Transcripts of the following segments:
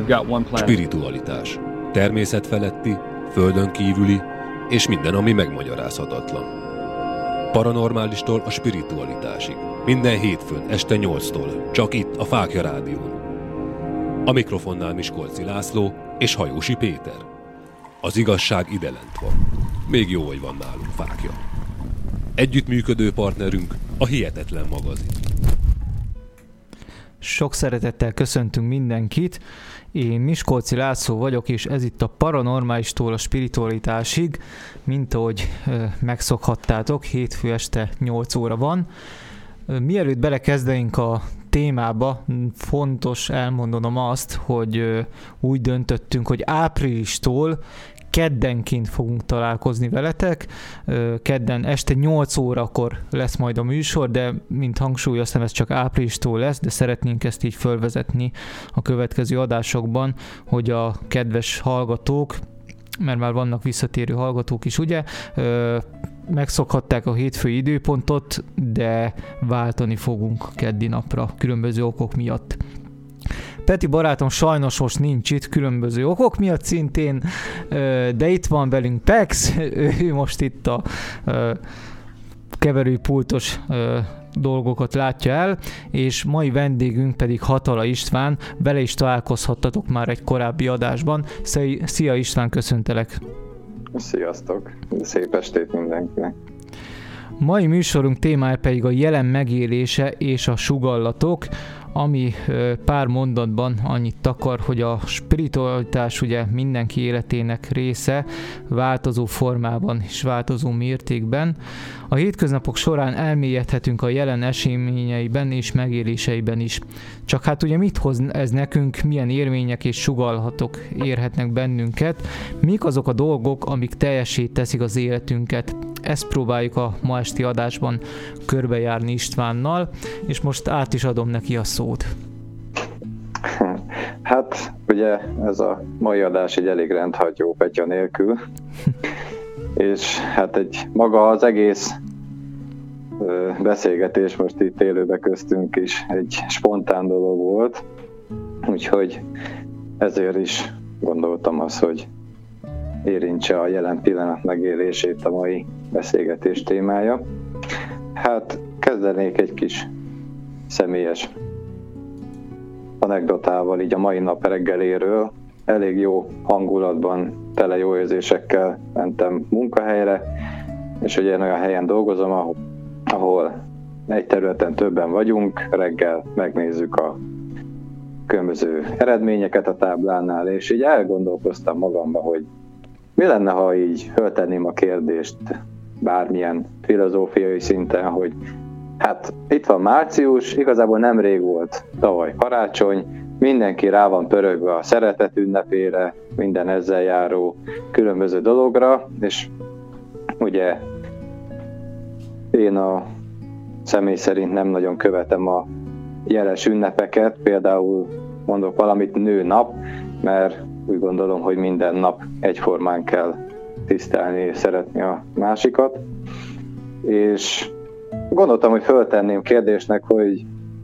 Spiritualitás. Természetfeletti, földön kívüli, és minden, ami megmagyarázhatatlan. Paranormálistól a spiritualitásig. Minden hétfőn este 8-tól, csak itt a Fáklya Rádión. A mikrofonnál Miskolci László és Hajósi Péter. Az igazság ide lent van. Még jó, hogy van nálunk Fáklya. Együttműködő partnerünk a Hihetetlen magazin. Sok szeretettel köszöntünk mindenkit. Én Miskolci László vagyok, és ez itt a Paranormálistól a spiritualitásig, mint ahogy megszokhattátok, hétfő este 8 óra van. Mielőtt belekezdenénk a témába, fontos elmondanom azt, hogy úgy döntöttünk, hogy áprilistól keddenként fogunk találkozni veletek. Kedden este 8 órakor lesz majd a műsor, de mint hangsúlyoztam, ez csak áprilistól lesz, de szeretnénk ezt így fölvezetni a következő adásokban, hogy a kedves hallgatók, mert már vannak visszatérő hallgatók is, ugye, megszokhatták a hétfői időpontot, de váltani fogunk keddi napra különböző okok miatt. Peti barátom sajnos most nincs itt, különböző okok miatt szintén, de itt van velünk Pex, ő most itt a keverőpultos dolgokat látja el, és mai vendégünk pedig Hatala István, vele is találkozhattatok már egy korábbi adásban. Szia István, köszöntelek! Sziasztok! Szép estét mindenkinek! Mai műsorunk témája pedig a jelen megélése és a sugallatok, ami pár mondatban annyit takar, hogy a spiritualitás ugye mindenki életének része, változó formában és változó mértékben. A hétköznapok során elmélyedhetünk a jelen eseményeiben és megéléseiben is. Csak hát ugye mit hoz ez nekünk, milyen érvények és sugallatok érhetnek bennünket, mik azok a dolgok, amik teljessé teszik az életünket. Ezt próbáljuk a ma esti adásban körbejárni Istvánnal, és most át is adom neki a szót. Hát, ugye ez a mai adás egy elég rendhagyó Petya nélkül, és hát maga az egész beszélgetés most itt élőbe köztünk is egy spontán dolog volt, úgyhogy ezért is gondoltam azt, hogy érintse a jelen pillanat megélését a mai beszélgetés témája. Hát kezdenék egy kis személyes anekdotával így a mai nap reggeléről. Elég jó hangulatban, tele jó érzésekkel mentem munkahelyre, és ugye én olyan helyen dolgozom, ahol egy területen többen vagyunk, reggel megnézzük a különböző eredményeket a táblánál, és így elgondolkoztam magamba, hogy mi lenne, ha így föltenném a kérdést bármilyen filozófiai szinten, hogy hát itt van március, igazából nemrég volt tavaly karácsony, mindenki rá van pörögve a szeretet ünnepére, minden ezzel járó különböző dologra, és ugye én a személy szerint nem nagyon követem a jeles ünnepeket, például mondok valamit nőnap, mert úgy gondolom, hogy minden nap egyformán kell tisztelni és szeretni a másikat. És gondoltam, hogy föltenném kérdésnek, hogy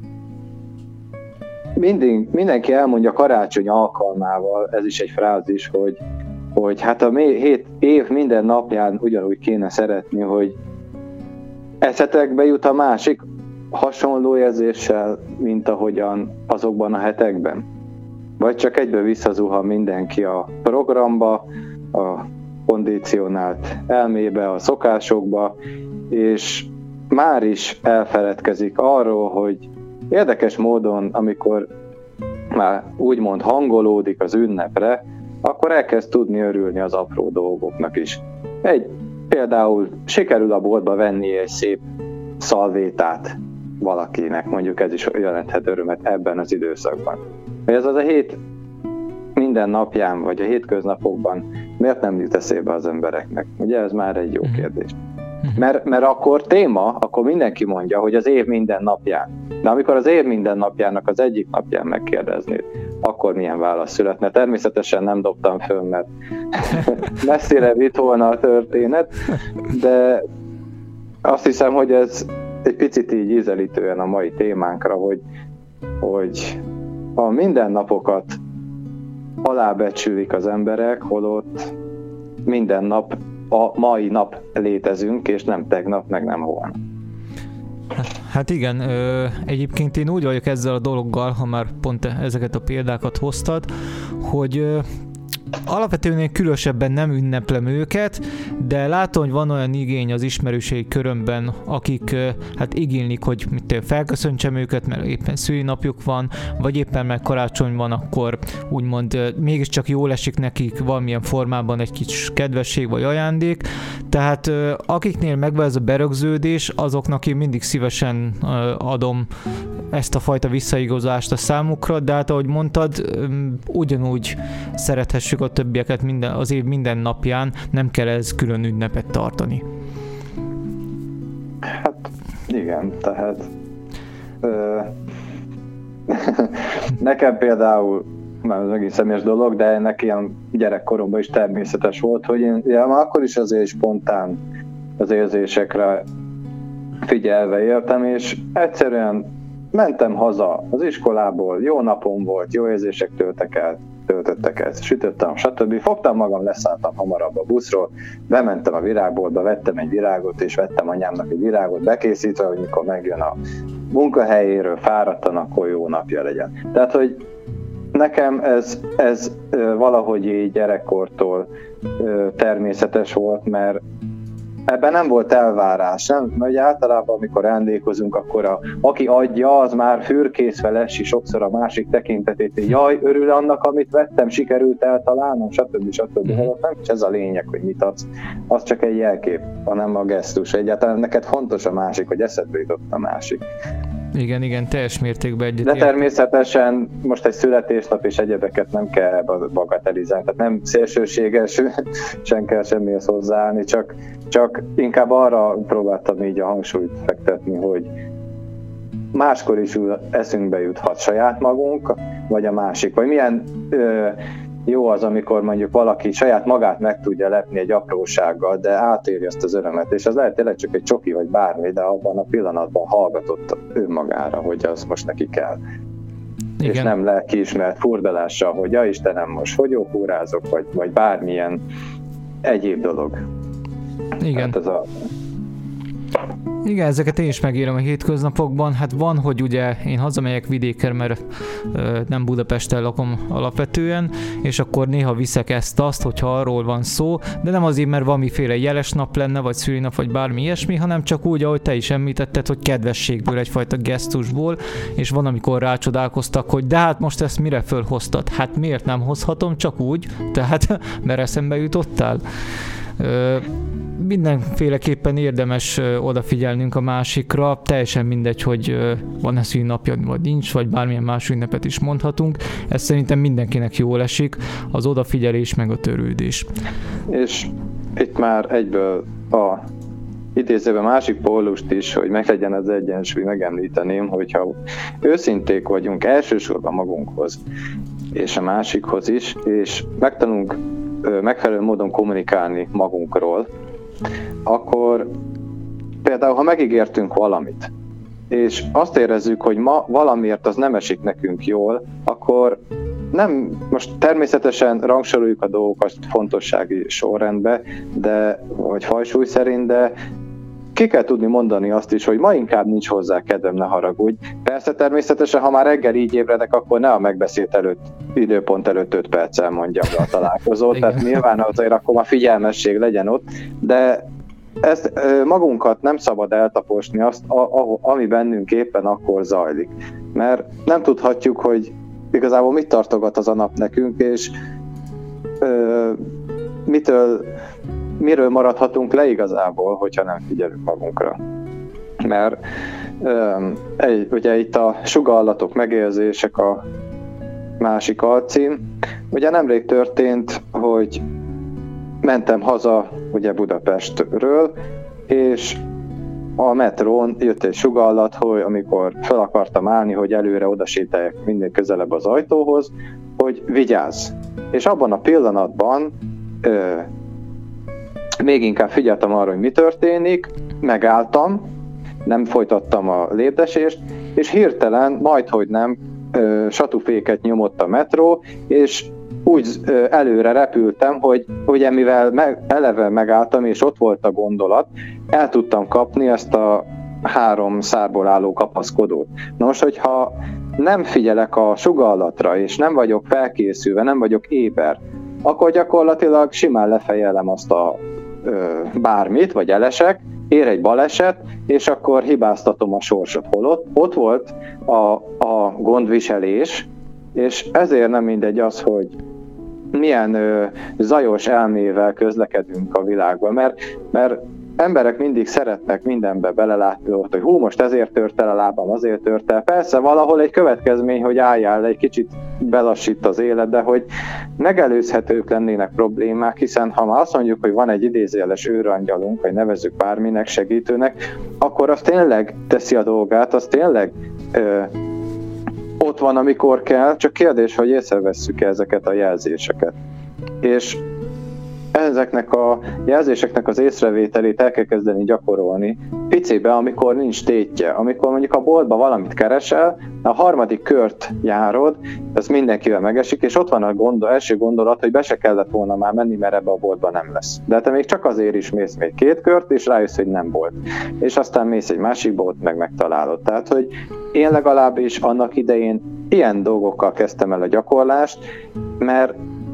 mindenki elmondja karácsony alkalmával, ez is egy frázis, hogy hát a 7 év minden napján ugyanúgy kéne szeretni, hogy eszetekbe jut a másik hasonló érzéssel, mint ahogyan azokban a hetekben. Vagy csak egyből visszazuhan mindenki a programba, a kondicionált elmébe, a szokásokba, és már is elfeledkezik arról, hogy érdekes módon, amikor már úgymond hangolódik az ünnepre, akkor elkezd tudni örülni az apró dolgoknak is. Például sikerül a boltba venni egy szép szalvétát valakinek, mondjuk ez is jelenthet örömet ebben az időszakban. Ez az a hét minden napján, vagy a hétköznapokban miért nem jut eszébe az embereknek? Ugye ez már egy jó kérdés. Mert akkor téma, akkor mindenki mondja, hogy az év minden napján. De amikor az év minden napjának az egyik napján megkérdeznéd, akkor milyen válasz születne? Természetesen nem dobtam föl, mert messzire vitt volna a történet, de azt hiszem, hogy ez egy picit így ízelítően a mai témánkra, hogy a mindennapokat alábecsülik az emberek, holott minden nap, a mai nap létezünk, és nem tegnap, meg nem holnap. Hát igen, egyébként én úgy vagyok ezzel a dologgal, ha már pont ezeket a példákat hoztad, hogy alapvetően én különösebben nem ünneplem őket, de látom, hogy van olyan igény az ismerőségi körömben, akik hát igénylik, hogy felköszöntsem őket, mert éppen szülinapjuk van, vagy éppen meg karácsony van, akkor úgymond mégiscsak jól esik nekik valamilyen formában egy kis kedvesség vagy ajándék. Tehát akiknél megvan ez a berögződés, azoknak én mindig szívesen adom ezt a fajta visszaigazolást a számukra, de hát ahogy mondtad, ugyanúgy szerethessük a többieket az év minden napján, nem kell ez külön ünnepet tartani. Hát igen, tehát nekem például, már ez megint személyes dolog, de ennek ilyen gyerekkoromban is természetes volt, hogy én már akkor is azért spontán az érzésekre figyelve éltem, és egyszerűen mentem haza az iskolából, jó napom volt, jó érzések töltöttek el, sütöttem, stb. Fogtam magam, leszálltam hamarabb a buszról, bementem a virágboltba, vettem egy virágot, és vettem anyámnak egy virágot bekészítve, hogy mikor megjön a munkahelyéről fáradtan, akkor jó napja legyen. Tehát, hogy nekem ez valahogy így gyerekkortól természetes volt, mert ebben nem volt elvárás, nem? Mert általában, amikor ajándékozunk, akkor aki adja, az már fürkészve lesi sokszor a másik tekintetét, hogy jaj, örül annak, amit vettem, sikerült eltalálnom, stb. Nem is ez a lényeg, hogy mit adsz, az csak egy jelkép, hanem a gesztus. Egyáltalán neked fontos a másik, hogy eszedbe jutott a másik. Igen, teljes mértékben egyet. De természetesen most egy születésnap és egyebeket nem kell bagatelizálni, tehát nem szélsőségesen kell semmihez hozzáállni, csak inkább arra próbáltam így a hangsúlyt fektetni, hogy máskor is eszünkbe juthat saját magunk, vagy a másik, vagy milyen jó az, amikor mondjuk valaki saját magát meg tudja lepni egy aprósággal, de átéri azt az örömet, és az lehet tényleg csak egy csoki, vagy bármi, de abban a pillanatban hallgatott önmagára, hogy az most neki kell. Igen. És nem lelkiismert furdalással, hogy ja Istenem, most fogyókúrázok, vagy bármilyen egyéb dolog. Igen. Hát Igen, ezeket én is megírom a hétköznapokban. Hát van, hogy ugye én hazamegyek vidékre, mert nem Budapesten lakom alapvetően, és akkor néha viszek ezt-azt, hogyha arról van szó, de nem azért, mert valamiféle jeles nap lenne, vagy szülinap, vagy bármi ilyesmi, hanem csak úgy, ahogy te is említetted, hogy kedvességből, egyfajta gesztusból, és van, amikor rácsodálkoztak, hogy de hát most ezt mire fölhoztad? Hát miért nem hozhatom? Csak úgy, tehát mert eszembe jutottál. Mindenféleképpen érdemes odafigyelnünk a másikra, teljesen mindegy, hogy van-e szülinapja, vagy nincs, vagy bármilyen más ünnepet is mondhatunk. Ez szerintem mindenkinek jól esik, az odafigyelés meg a törődés. És itt már egyből a idézőben másik pólust is, hogy meglegyen az egyensúly, megemlíteném, hogyha őszinték vagyunk elsősorban magunkhoz, és a másikhoz is, és megtanulunk megfelelő módon kommunikálni magunkról, akkor például, ha megígértünk valamit, és azt érezzük, hogy ma valamiért az nem esik nekünk jól, akkor nem, most természetesen rangsoroljuk a dolgokat fontossági sorrendbe, vagy fajsúly szerint, de ki kell tudni mondani azt is, hogy ma inkább nincs hozzá kedvem, ne haragudj. Persze természetesen, ha már reggel így ébredek, akkor ne a megbeszélt időpont előtt 5 perccel mondjam le a találkozót, tehát nyilván azért akkor a figyelmesség legyen ott, de ezt magunkat nem szabad eltaposni, azt, ami bennünk éppen akkor zajlik. Mert nem tudhatjuk, hogy igazából mit tartogat az a nap nekünk, és miről maradhatunk le igazából, hogyha nem figyelünk magunkra. Mert ugye itt a sugallatok, megérzések a másik alcím. Ugye nemrég történt, hogy mentem haza ugye Budapestről, és a metrón jött egy sugallat, hogy amikor fel akartam állni, hogy előre odasétáljak minél közelebb az ajtóhoz, hogy vigyázz. És abban a pillanatban még inkább figyeltem arra, hogy mi történik, megálltam, nem folytattam a lépdesést, és hirtelen, majdhogy nem, satúféket nyomott a metró, és úgy előre repültem, hogy ugye mivel eleve megálltam, és ott volt a gondolat, el tudtam kapni ezt a 3 szárból álló kapaszkodót. Na most, hogyha nem figyelek a sugallatra, és nem vagyok felkészülve, nem vagyok éber, akkor gyakorlatilag simán lefejelem azt a bármit, vagy elesek, ér egy baleset, és akkor hibáztatom a sorsot. Ott volt a gondviselés, és ezért nem mindegy az, hogy milyen zajos elmével közlekedünk a világban, mert emberek mindig szeretnek mindenbe belelátni, hogy most ezért tört el a lábam, azért tört el. Persze valahol egy következmény, hogy álljál le, egy kicsit belassít az élet, de hogy megelőzhetők lennének problémák, hiszen ha már azt mondjuk, hogy van egy idézőjeles őrangyalunk, vagy nevezzük bárminek, segítőnek, akkor az tényleg teszi a dolgát, az tényleg ott van, amikor kell, csak kérdés, hogy észrevesszük ezeket a jelzéseket. És ezeknek a jelzéseknek az észrevételét el kell kezdeni gyakorolni picibe, amikor nincs tétje. Amikor mondjuk a boltban valamit keresel, a 3. kört járod, ez mindenkivel megesik, és ott van első gondolat, hogy be se kellett volna már menni, mert ebbe a boltban nem lesz. De te még csak azért is mész még 2 kört, és rájössz, hogy nem volt. És aztán mész egy másik bolt, meg megtalálod. Tehát, hogy én legalábbis annak idején ilyen dolgokkal kezdtem el a gyakorlást, mert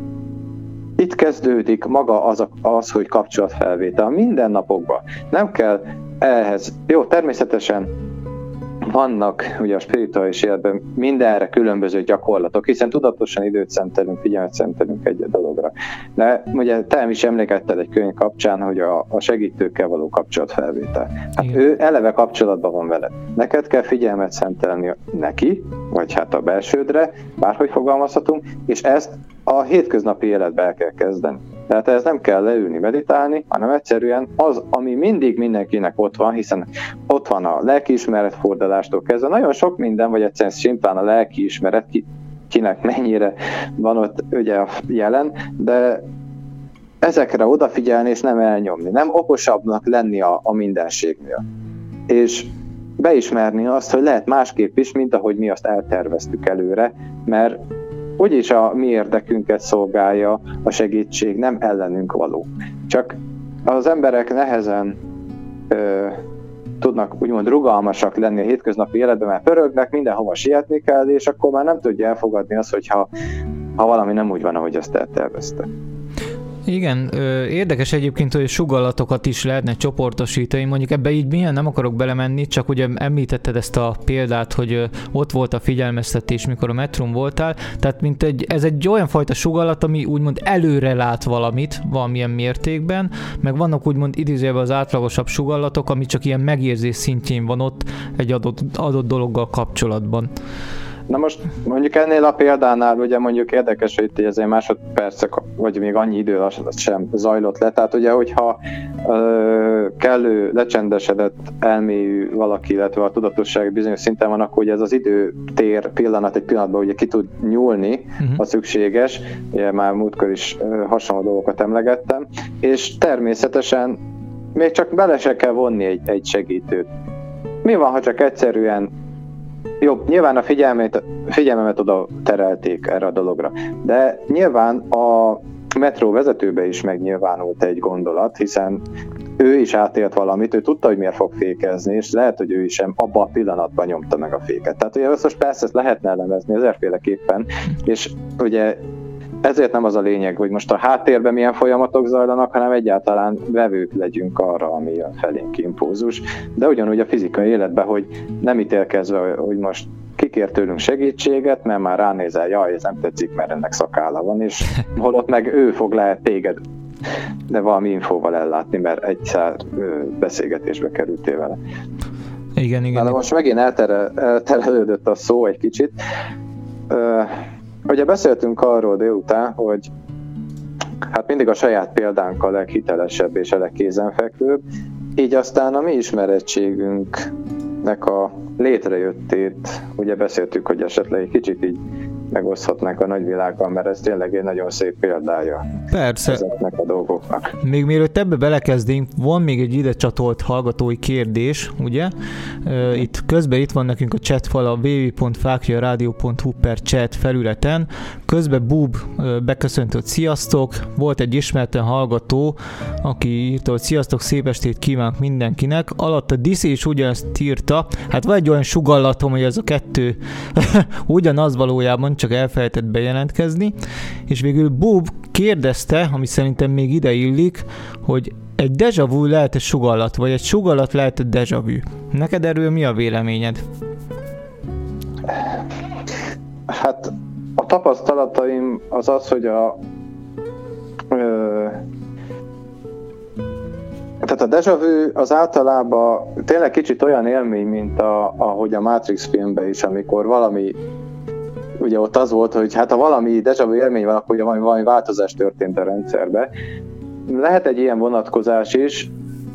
itt kezdődik maga az, hogy kapcsolatfelvétel. Mindennapokban. Nem kell ehhez. Jó, természetesen vannak ugye a spirituális életben mindenre különböző gyakorlatok, hiszen tudatosan időt szentelünk, figyelmet szentelünk egy dologra. De ugye te is emlékezted egy könyv kapcsán, hogy a segítőkkel való kapcsolatfelvétel. Hát ő eleve kapcsolatban van veled. Neked kell figyelmet szentelni neki, vagy hát a belsődre, bárhogy fogalmazhatunk, és ezt a hétköznapi életbe el kell kezdeni. Tehát ez nem kell leülni, meditálni, hanem egyszerűen az, ami mindig mindenkinek ott van, hiszen ott van a lelkiismeretfordulástól kezdve. Nagyon sok minden, vagy egyszerűen simplán a lelkiismeret, kinek mennyire van ott ugye jelen, de ezekre odafigyelni és nem elnyomni, nem okosabbnak lenni a mindenségnél. És beismerni azt, hogy lehet másképp is, mint ahogy mi azt elterveztük előre, mert úgyis a mi érdekünket szolgálja a segítség, nem ellenünk való. Csak az emberek nehezen tudnak úgymond rugalmasak lenni a hétköznapi életben, mert pörögnek, mindenhova sietni kell, és akkor már nem tudja elfogadni azt, hogyha valami nem úgy van, ahogy azt eltervezte. Igen, érdekes egyébként, hogy sugallatokat is lehetne csoportosítani, mondjuk ebbe így milyen nem akarok belemenni, csak ugye említetted ezt a példát, hogy ott volt a figyelmeztetés, mikor a metrón voltál, tehát ez egy olyan fajta sugallat, ami úgymond előre lát valamilyen mértékben, meg vannak úgymond idézőjelben az átlagosabb sugallatok, ami csak ilyen megérzés szintjén van ott egy adott dologgal kapcsolatban. Na most mondjuk ennél a példánál ugye mondjuk érdekes, hogy itt azért másodpercek, vagy még annyi idő az sem zajlott le, tehát ugye hogyha kellő lecsendesedett elmélyű valaki, illetve a tudatosság bizonyos szinten van, akkor ugye ez az időtér pillanat egy pillanatban ugye ki tud nyúlni, ha szükséges, ugye már múltkor is hasonló dolgokat emlegettem, és természetesen még csak bele se kell vonni egy segítőt. Mi van, ha csak egyszerűen jobb, nyilván a figyelmemet oda terelték erre a dologra, de nyilván a metró vezetőbe is megnyilvánult egy gondolat, hiszen ő is átélt valamit, ő tudta, hogy miért fog fékezni, és lehet, hogy ő is sem abban a pillanatban nyomta meg a féket. Tehát ugye most persze ezt lehetne elemezni ezerféleképpen, és ugye ezért nem az a lényeg, hogy most a háttérben milyen folyamatok zajlanak, hanem egyáltalán vevők legyünk arra, ami jön felénk impulzus. De ugyanúgy a fizikai életben, hogy nem ítélkezve, hogy most kikér tőlünk segítséget, mert már ránézel, jaj, ez nem tetszik, mert ennek szakálla van, és holott meg ő fog lehet téged, de valami infóval ellátni, mert egyszer beszélgetésbe kerültél vele. Igen. De most megint elterelődött a szó egy kicsit. Ugye beszéltünk arról délután, hogy hát mindig a saját példánk a leghitelesebb és a legkézenfekvőbb, így aztán a mi ismerettségünknek a létrejöttét ugye beszéltük, hogy esetleg egy kicsit így megoszthatnánk a nagyvilággal, mert ez tényleg egy nagyon szép példája Persze. ezeknek a dolgoknak. Még mielőtt ebbe belekezdünk, van még egy ide csatolt hallgatói kérdés, ugye? Itt van nekünk a chatfal a www.fakiaradio.hu/chat felületen. Közben Bub beköszöntött, sziasztok! Volt egy ismerten hallgató, aki írta, hogy sziasztok, szép estét kívánok mindenkinek. Alatt a Diszi is ugyanezt írta. Hát van egy olyan sugallatom, hogy ez a kettő ugyanaz valójában, csak elfelejtett bejelentkezni. És végül Bub kérdezte, ami szerintem még ide illik, hogy egy déjà vu lehet egy sugallat, vagy egy sugallat lehet egy déjà vu. Neked erről mi a véleményed? Hát a tapasztalataim az, hogy tehát a déjà vu az általában tényleg kicsit olyan élmény, mint ahogy a Matrix filmben is, amikor valami, ugye ott az volt, hogy hát ha valami déjà vu élmény van, akkor ugye valami változás történt a rendszerbe. Lehet egy ilyen vonatkozás is.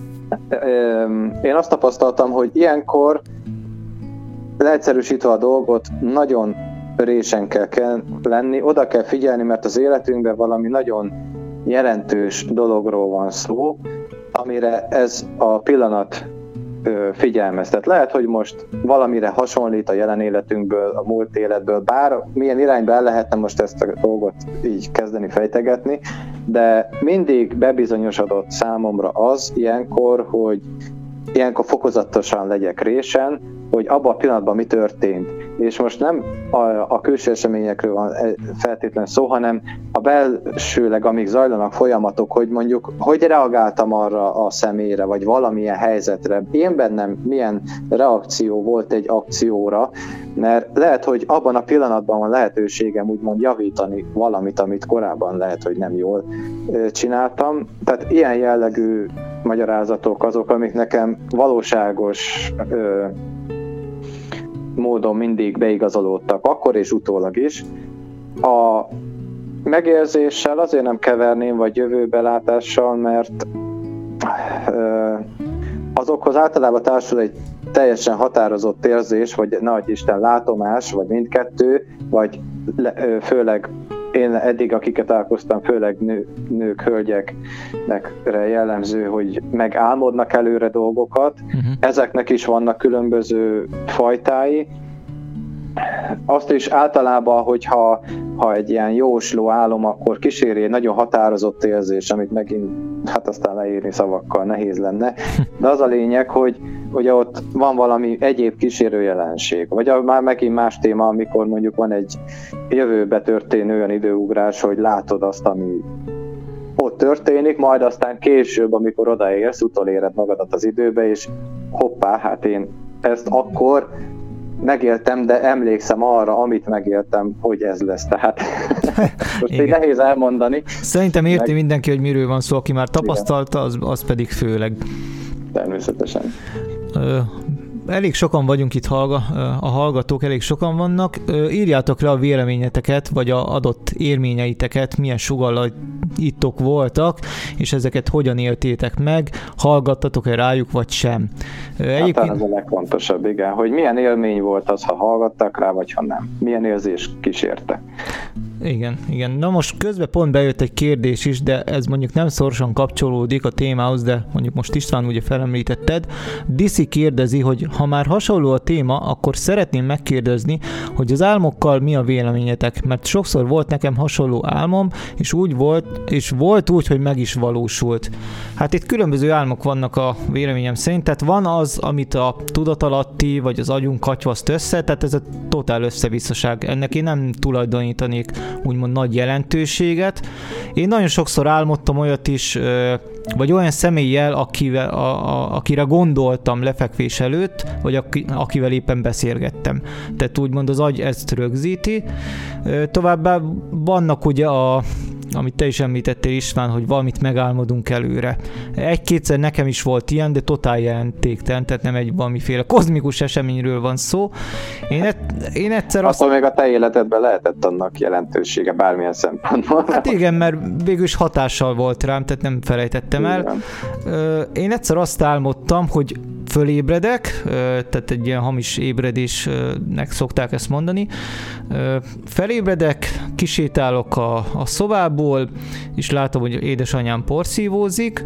Én azt tapasztaltam, hogy ilyenkor leegyszerűsítve a dolgot, nagyon résen kell lenni, oda kell figyelni, mert az életünkben valami nagyon jelentős dologról van szó, amire ez a pillanat figyelmeztet. Lehet, hogy most valamire hasonlít a jelen életünkből, a múlt életből, bár milyen irányba el lehetne most ezt a dolgot így kezdeni fejtegetni, de mindig bebizonyosodott számomra az ilyenkor, hogy ilyenkor fokozatosan legyek résen, hogy abban a pillanatban mi történt. És most nem a külső eseményekről van feltétlenül szó, hanem a belsőleg, amíg zajlanak folyamatok, hogy mondjuk, hogy reagáltam arra a személyre, vagy valamilyen helyzetre. Én bennem milyen reakció volt egy akcióra, mert lehet, hogy abban a pillanatban van lehetőségem úgymond javítani valamit, amit korábban lehet, hogy nem jól csináltam. Tehát ilyen jellegű magyarázatok azok, amik nekem valóságos módon mindig beigazolódtak, akkor és utólag is. A megérzéssel azért nem keverném, vagy jövőbelátással, mert azokhoz általában társul egy teljesen határozott érzés, vagy nagy Isten látomás, vagy mindkettő, vagy főleg én eddig, akiket találkoztam, főleg nők, hölgyeknek jellemző, hogy megálmodnak előre dolgokat. Ezeknek is vannak különböző fajtái. Azt is általában, hogyha egy ilyen jósló álom, akkor kíséri egy nagyon határozott érzés, amit megint hát aztán leírni szavakkal nehéz lenne. De az a lényeg, hogy ugye ott van valami egyéb kísérő jelenség. Vagy már megint más téma, amikor mondjuk van egy jövőbe történő olyan időugrás, hogy látod azt, ami ott történik, majd aztán később, amikor odaérsz, utoléred magadat az időbe, és hoppá, hát én ezt akkor megéltem, de emlékszem arra, amit megéltem, hogy ez lesz. Tehát most így nehéz elmondani. Szerintem érti mindenki, hogy miről van szó, aki már tapasztalta, az pedig főleg. Természetesen. Elég sokan vagyunk itt, a hallgatók elég sokan vannak. Írjátok le a véleményeteket, vagy a adott élményeiteket, milyen sugallaitok voltak, és ezeket hogyan éltétek meg, hallgattatok-e rájuk, vagy sem. Hát ez a legfontosabb, igen, hogy milyen élmény volt az, ha hallgattak rá, vagy ha nem. Milyen érzés kísérte. Igen. Na most közben pont bejött egy kérdés is, de ez mondjuk nem szorosan kapcsolódik a témához, de mondjuk most István ugye felemlítetted. Diszi kérdezi, hogy ha már hasonló a téma, akkor szeretném megkérdezni, hogy az álmokkal mi a véleményetek, mert sokszor volt nekem hasonló álmom, és volt úgy, hogy meg is valósult. Hát itt különböző álmok vannak a véleményem szerint, tehát van az, amit a tudatalatti, vagy az agyunk katyvaszt össze, tehát ez a totál összevisszaság. Ennek én nem tulajdonítanék úgymond nagy jelentőséget. Én nagyon sokszor álmodtam olyat is, vagy olyan személlyel, akire gondoltam lefekvés előtt, vagy akivel éppen beszélgettem. Tehát úgymond az agy ezt rögzíti. Továbbá vannak ugye amit te is említettél, István, hogy valamit megálmodunk előre. Egy-kétszer nekem is volt ilyen, de totál jelentéktelen, tehát nem egy valamiféle kozmikus eseményről van szó. Én egyszer Attól még a te életedben lehetett annak jelentősége bármilyen szempontból. Hát igen, mert végülis hatással volt rám, tehát nem felejtettem el. Én egyszer azt álmodtam, hogy fölébredek, tehát egy ilyen hamis ébredésnek szokták ezt mondani. Felébredek, kisétálok a szobából, és látom, hogy édesanyám porszívózik,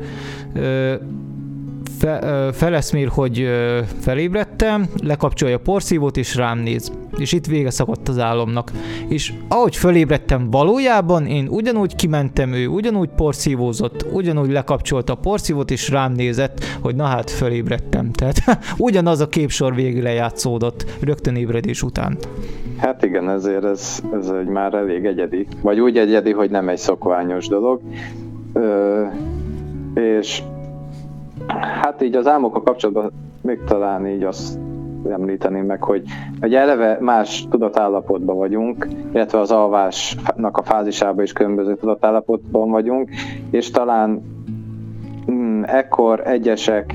feleszmér, hogy felébredtem, lekapcsolja a porszívót, és rám néz. És itt vége szakadt az álomnak. És ahogy felébredtem valójában, én ugyanúgy kimentem, ő ugyanúgy porszívózott, ugyanúgy lekapcsolta a porszívót, és rám nézett, hogy na hát felébredtem. Tehát ugyanaz a képsor végig lejátszódott rögtön ébredés után. Hát igen, ezért ez egy már elég egyedi. Vagy úgy egyedi, hogy nem egy szokványos dolog. És hát így az álmokkal kapcsolatban még talán így azt említeném meg, hogy eleve más tudatállapotban vagyunk, illetve az alvásnak a fázisában is különböző tudatállapotban vagyunk, és talán ekkor egyesek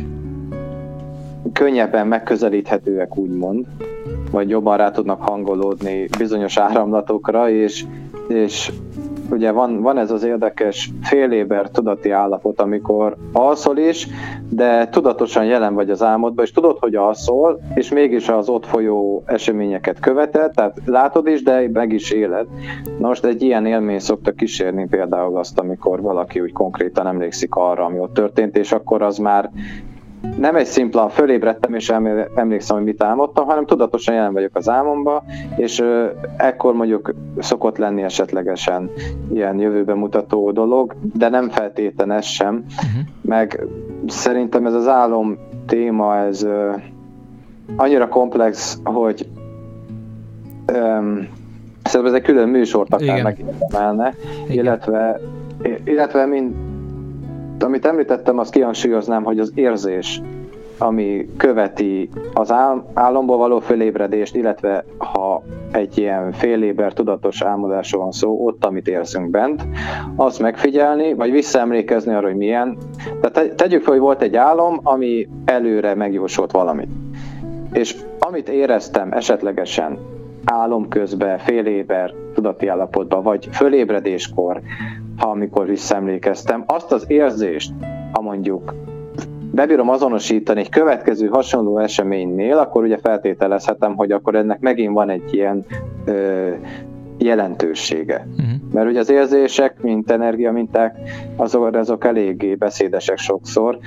könnyebben megközelíthetőek, úgymond, vagy jobban rá tudnak hangolódni bizonyos áramlatokra, és ugye van ez az érdekes féléber tudati állapot, amikor alszol is, de tudatosan jelen vagy az álmodban, és tudod, hogy alszol, és mégis az ott folyó eseményeket követed, tehát látod is, de meg is éled. Na most egy ilyen élmény szokta kísérni például azt, amikor valaki úgy konkrétan emlékszik arra, ami ott történt, és akkor az már nem egy szimpla, fölébredtem és emlékszem, hogy mit álmodtam, hanem tudatosan jelen vagyok az álmomba, és ekkor mondjuk szokott lenni esetlegesen ilyen jövőbe mutató dolog, de nem feltétlen ez sem. Meg szerintem ez az álom téma, ez annyira komplex, hogy szerintem ez egy külön műsort akár megérdemelne, illetve amit említettem, azt kihangsúlyoznám, hogy az érzés, ami követi az álomból való fölébredést, illetve ha egy ilyen féléber tudatos álmodásról van szó, ott, amit érzünk bent, azt megfigyelni, vagy visszaemlékezni arra, hogy milyen. Tehát tegyük fel, hogy volt egy álom, ami előre megjósolt valamit. És amit éreztem esetlegesen álom közben, féléber tudati állapotban, vagy fölébredéskor, amikor visszaemlékeztem, azt az érzést, ha mondjuk bebírom azonosítani egy következő hasonló eseménynél, akkor ugye feltételezhetem, hogy akkor ennek megint van egy ilyen jelentősége. Mert ugye az érzések, mint energiaminták, azok eléggé beszédesek sokszor.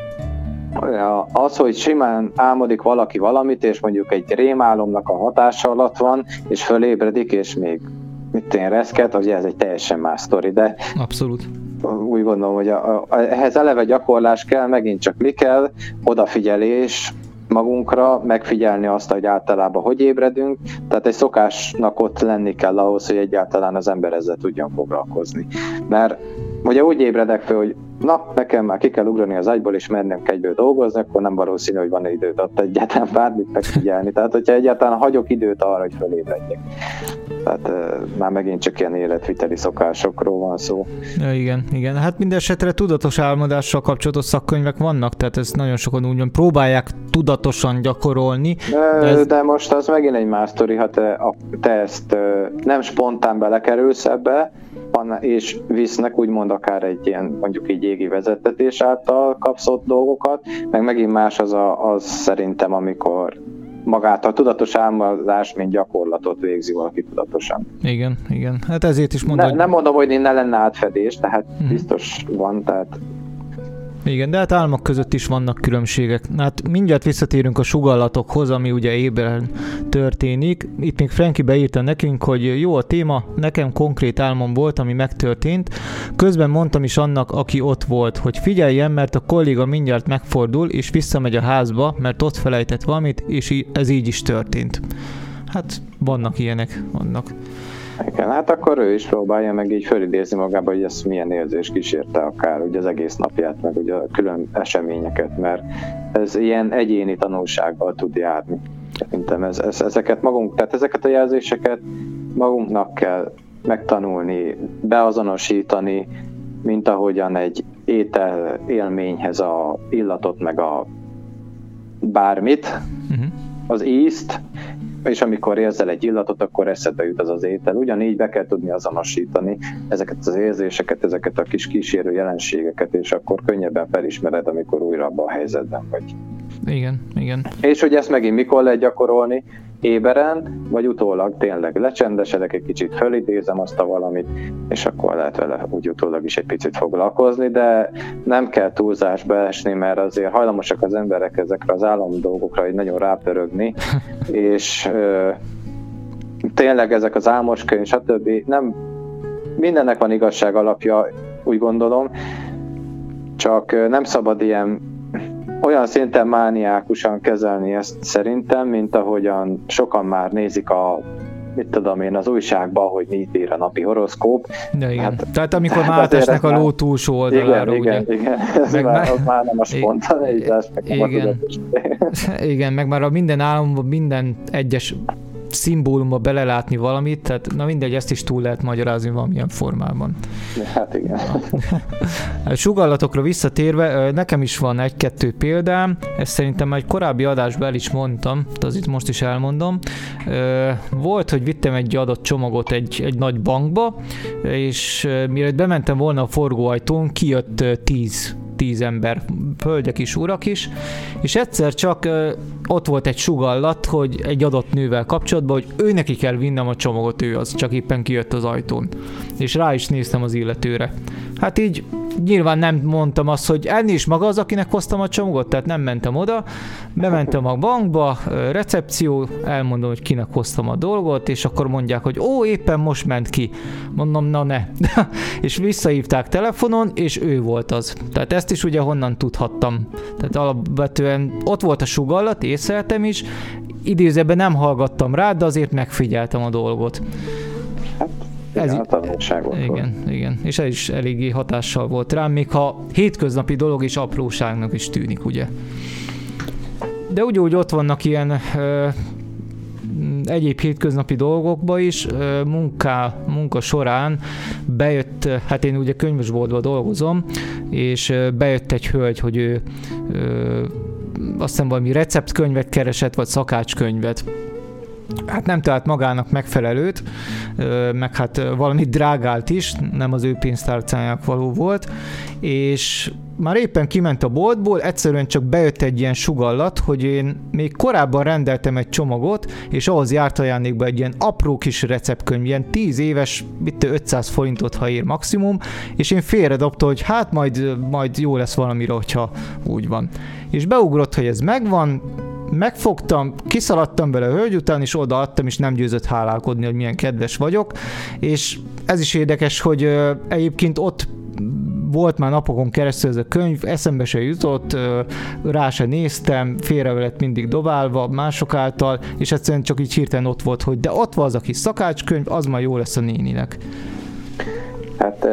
Az, hogy simán álmodik valaki valamit, és mondjuk egy rémálomnak a hatása alatt van, és fölébredik, és még reszket, ugye ez egy teljesen más sztori, de abszolút. Úgy gondolom, hogy ehhez eleve gyakorlás kell, megint csak mi kell, odafigyelés magunkra, megfigyelni azt, hogy általában hogy ébredünk, tehát egy szokásnak ott lenni kell ahhoz, hogy egyáltalán az ember ezzel tudjon foglalkozni. Mert ugye úgy ébredek fel, hogy na, nekem már ki kell ugrani az ágyból, és mernem kell egyből dolgozni, akkor nem valószínű, hogy van időt ott egyáltalán bármit megfigyelni. Tehát, hogyha egyáltalán hagyok időt arra, hogy fölébredjek. Tehát már megint csak ilyen életviteli szokásokról van szó. Ja, igen. Hát minden esetre tudatos álmodással kapcsolatos szakkönyvek vannak, tehát ezt nagyon sokan úgy próbálják tudatosan gyakorolni. De most az megint egy más sztori, ha te ezt nem spontán belekerülsz ebbe, és visznek úgymond akár egy ilyen mondjuk így égi vezetetés által kapszott dolgokat, meg megint más az szerintem, amikor magát a tudatos álmodás, mint gyakorlatot végzi valaki tudatosan. Igen. Hát ezért is mondom, Nem mondom, hogy ne lenne átfedés, tehát biztos van, tehát... Igen, de hát álmok között is vannak különbségek. Hát mindjárt visszatérünk a sugallatokhoz, ami ugye ébren történik. Itt még Frankie beírta nekünk, hogy jó a téma, nekem konkrét álmom volt, ami megtörtént. Közben mondtam is annak, aki ott volt, hogy figyeljen, mert a kolléga mindjárt megfordul, és visszamegy a házba, mert ott felejtett valamit, és ez így is történt. Hát vannak ilyenek, vannak. Igen, hát akkor ő is próbálja meg így fölidézni magába, hogy ez milyen érzés kísérte akár ugye az egész napját, meg ugye a külön eseményeket, mert ez ilyen egyéni tanulsággal tud járni. Szerintem ezeket a jelzéseket magunknak kell megtanulni, beazonosítani, mint ahogyan egy étel élményhez a illatot, meg a bármit, az ízt, és amikor érzel egy illatot, akkor eszedbe jut az étel. Ugyanígy be kell tudni azonosítani ezeket az érzéseket, ezeket a kis kísérő jelenségeket, és akkor könnyebben felismered, amikor újra abban a helyzetben vagy. Igen. És hogy ezt megint mikor lehet gyakorolni? Éberen, vagy utólag tényleg lecsendesedek, egy kicsit fölidézem azt a valamit, és akkor lehet vele úgy utólag is egy picit foglalkozni, de nem kell túlzásba esni, mert azért hajlamosak az emberek ezekre az állandó dolgokra, hogy nagyon rápörögni, és tényleg ezek az álmoskönyv, stb. Nem, mindennek van igazság alapja, úgy gondolom, csak nem szabad olyan szinten mániákusan kezelni ezt szerintem, mint ahogyan sokan már nézik az újságban, hogy mit ír a napi horoszkóp. De igen. Tehát amikor már átesnek a ló túlsó oldalára, igen, ugye? Igen. Ez már nem a spontaneitás, Igen, meg már a minden államban, minden egyes szimbólumba belelátni valamit, tehát na mindegy, ezt is túl lehet magyarázni valamilyen formában. Hát igen. Sugallatokra visszatérve, nekem is van egy-kettő példám, ezt szerintem már egy korábbi adásban el is mondtam, az itt most is elmondom. Volt, hogy vittem egy adott csomagot egy nagy bankba, és mielőtt bementem volna a forgóajtón, kijött 10 ember, hölgyek is, urak is, és egyszer csak ott volt egy sugallat, hogy egy adott nővel kapcsolatban, hogy ő neki kell vinnem a csomagot, ő az csak éppen kijött az ajtón. És rá is néztem az illetőre. Hát így nyilván nem mondtam azt, hogy enni is maga az, akinek hoztam a csomagot, tehát nem mentem oda, bementem a bankba, recepció, elmondom, hogy kinek hoztam a dolgot, és akkor mondják, hogy éppen most ment ki. Mondom, na ne. És visszahívták telefonon, és ő volt az. Tehát ezt is ugye honnan tudhattam. Tehát alapvetően ott volt a sugallat, észleltem is, idézőben nem hallgattam rá, de azért megfigyeltem a dolgot. Ez a tanulságot. Igen. És ez is eléggé hatással volt rám, még ha hétköznapi dolog és apróságnak is tűnik, ugye. De úgy ott vannak ilyen egyéb hétköznapi dolgokba is, munka során bejött, hát én ugye könyvesboltban dolgozom, és bejött egy hölgy, hogy ő azt hiszem valami receptkönyvet keresett, vagy szakácskönyvet. Hát nem talált magának megfelelőt, meg hát valami drágált is, nem az ő pénztárcájának való volt, és már éppen kiment a boltból, egyszerűen csak bejött egy ilyen sugallat, hogy én még korábban rendeltem egy csomagot, és ahhoz járt ajándékba egy ilyen apró kis receptkönyv, ilyen 10 éves, 500 forintot, ha ér maximum, és én félredobtam, hogy hát majd jó lesz valamire, hogyha úgy van. És beugrott, hogy ez megvan, megfogtam, kiszaladtam bele a hölgy után, és odaadtam, és nem győzött hálálkodni, hogy milyen kedves vagyok, és ez is érdekes, hogy egyébként ott volt már napokon keresztül ez a könyv, eszembe se jutott, rá se néztem, félre lett mindig dobálva mások által, és egyszerűen csak így hirtelen ott volt, hogy de ott van az a kis szakácskönyv, az már jó lesz a néninek. Hát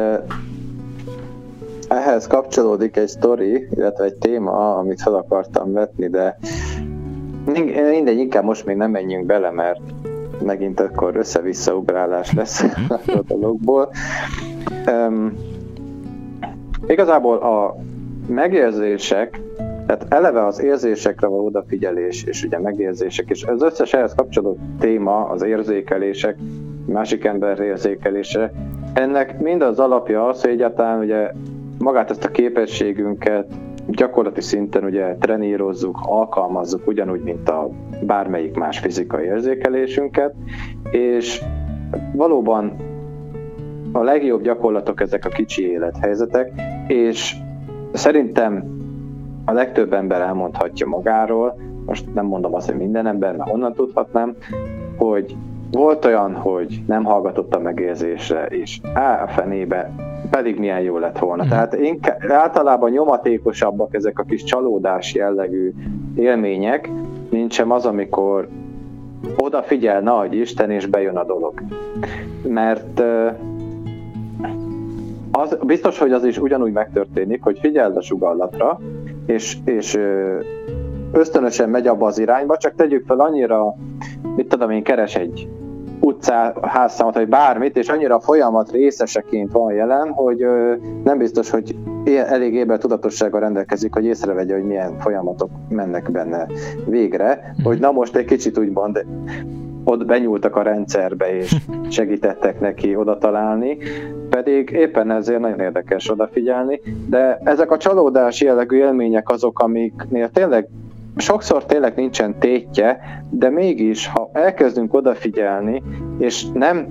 ehhez kapcsolódik egy sztori, illetve egy téma, amit fel akartam vetni, de mindegy, inkább most még nem menjünk bele, mert megint akkor össze-visszaugrálás lesz a dologból. Igazából a megérzések, tehát eleve az érzésekre való odafigyelés, és ugye megérzések, és az összes ehhez kapcsolódó téma, az érzékelések, másik ember érzékelése, ennek mind az alapja az, hogy egyáltalán ugye magát ezt a képességünket gyakorlati szinten ugye trenírozzuk, alkalmazzuk ugyanúgy, mint a bármelyik más fizikai érzékelésünket, és valóban a legjobb gyakorlatok ezek a kicsi élethelyzetek, és szerintem a legtöbb ember elmondhatja magáról, most nem mondom azt, hogy minden ember, mert honnan tudhatnám, hogy volt olyan, hogy nem hallgatott a megérzésre, és a fenébe, pedig milyen jó lett volna. Tehát általában nyomatékosabbak ezek a kis csalódás jellegű élmények, mint sem az, amikor odafigyel, nagy Isten, és bejön a dolog. Mert az, biztos, hogy az is ugyanúgy megtörténik, hogy figyeld a sugallatra, és ösztönösen megy abba az irányba, csak tegyük fel annyira, mit tudom én, keres egy házszámot, vagy bármit, és annyira a folyamat részeseként van jelen, hogy nem biztos, hogy elég éber tudatossággal rendelkezik, hogy észrevegye, hogy milyen folyamatok mennek benne végre, hogy na most egy kicsit úgymond ott benyúltak a rendszerbe, és segítettek neki oda találni, pedig éppen ezért nagyon érdekes odafigyelni, de ezek a csalódás jellegű élmények azok, amiknél tényleg sokszor tényleg nincsen tétje, de mégis, ha elkezdünk odafigyelni, és nem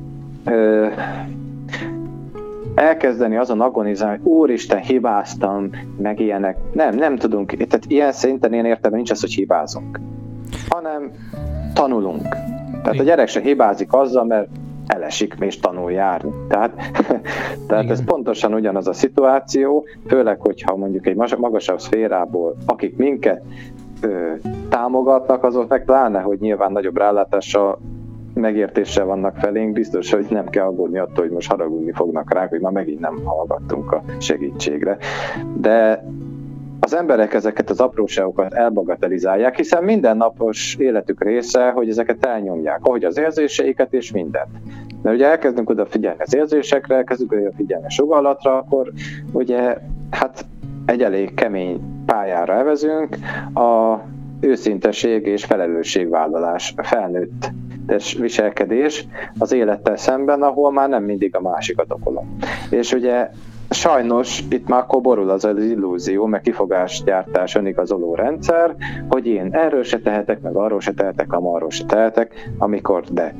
elkezdeni azon agonizálni, hogy úristen, hibáztam, meg ilyenek. Nem tudunk. Tehát ilyen szinten én értem, nincs az, hogy hibázunk, hanem tanulunk. Tehát a gyerek se hibázik azzal, mert elesik, és tanul járni. Tehát ez pontosan ugyanaz a szituáció, főleg, hogyha mondjuk egy magasabb szférából, akik minket támogatnak, azok meg pláne, hogy nyilván nagyobb rálátással, megértéssel vannak felénk, biztos, hogy nem kell aggódni attól, hogy most haragudni fognak rá, hogy ma megint nem hallgattunk a segítségre. De az emberek ezeket az apróságokat elbagatelizálják, hiszen mindennapos életük része, hogy ezeket elnyomják, ahogy az érzéseiket és mindent. Mert ugye elkezdünk odafigyelni az érzésekre, elkezdünk odafigyelni a sugallatra, akkor ugye hát egy elég kemény pályára evezünk, a őszinteség és felelősségvállalás, felnőtt viselkedés az élettel szemben, ahol már nem mindig a másikat okolom. És ugye sajnos itt már akkor borul az illúzió, meg kifogássgyártás, önigazoló rendszer, hogy én erről se tehetek, meg arról se tehetek, arról se tehetek, amikor de.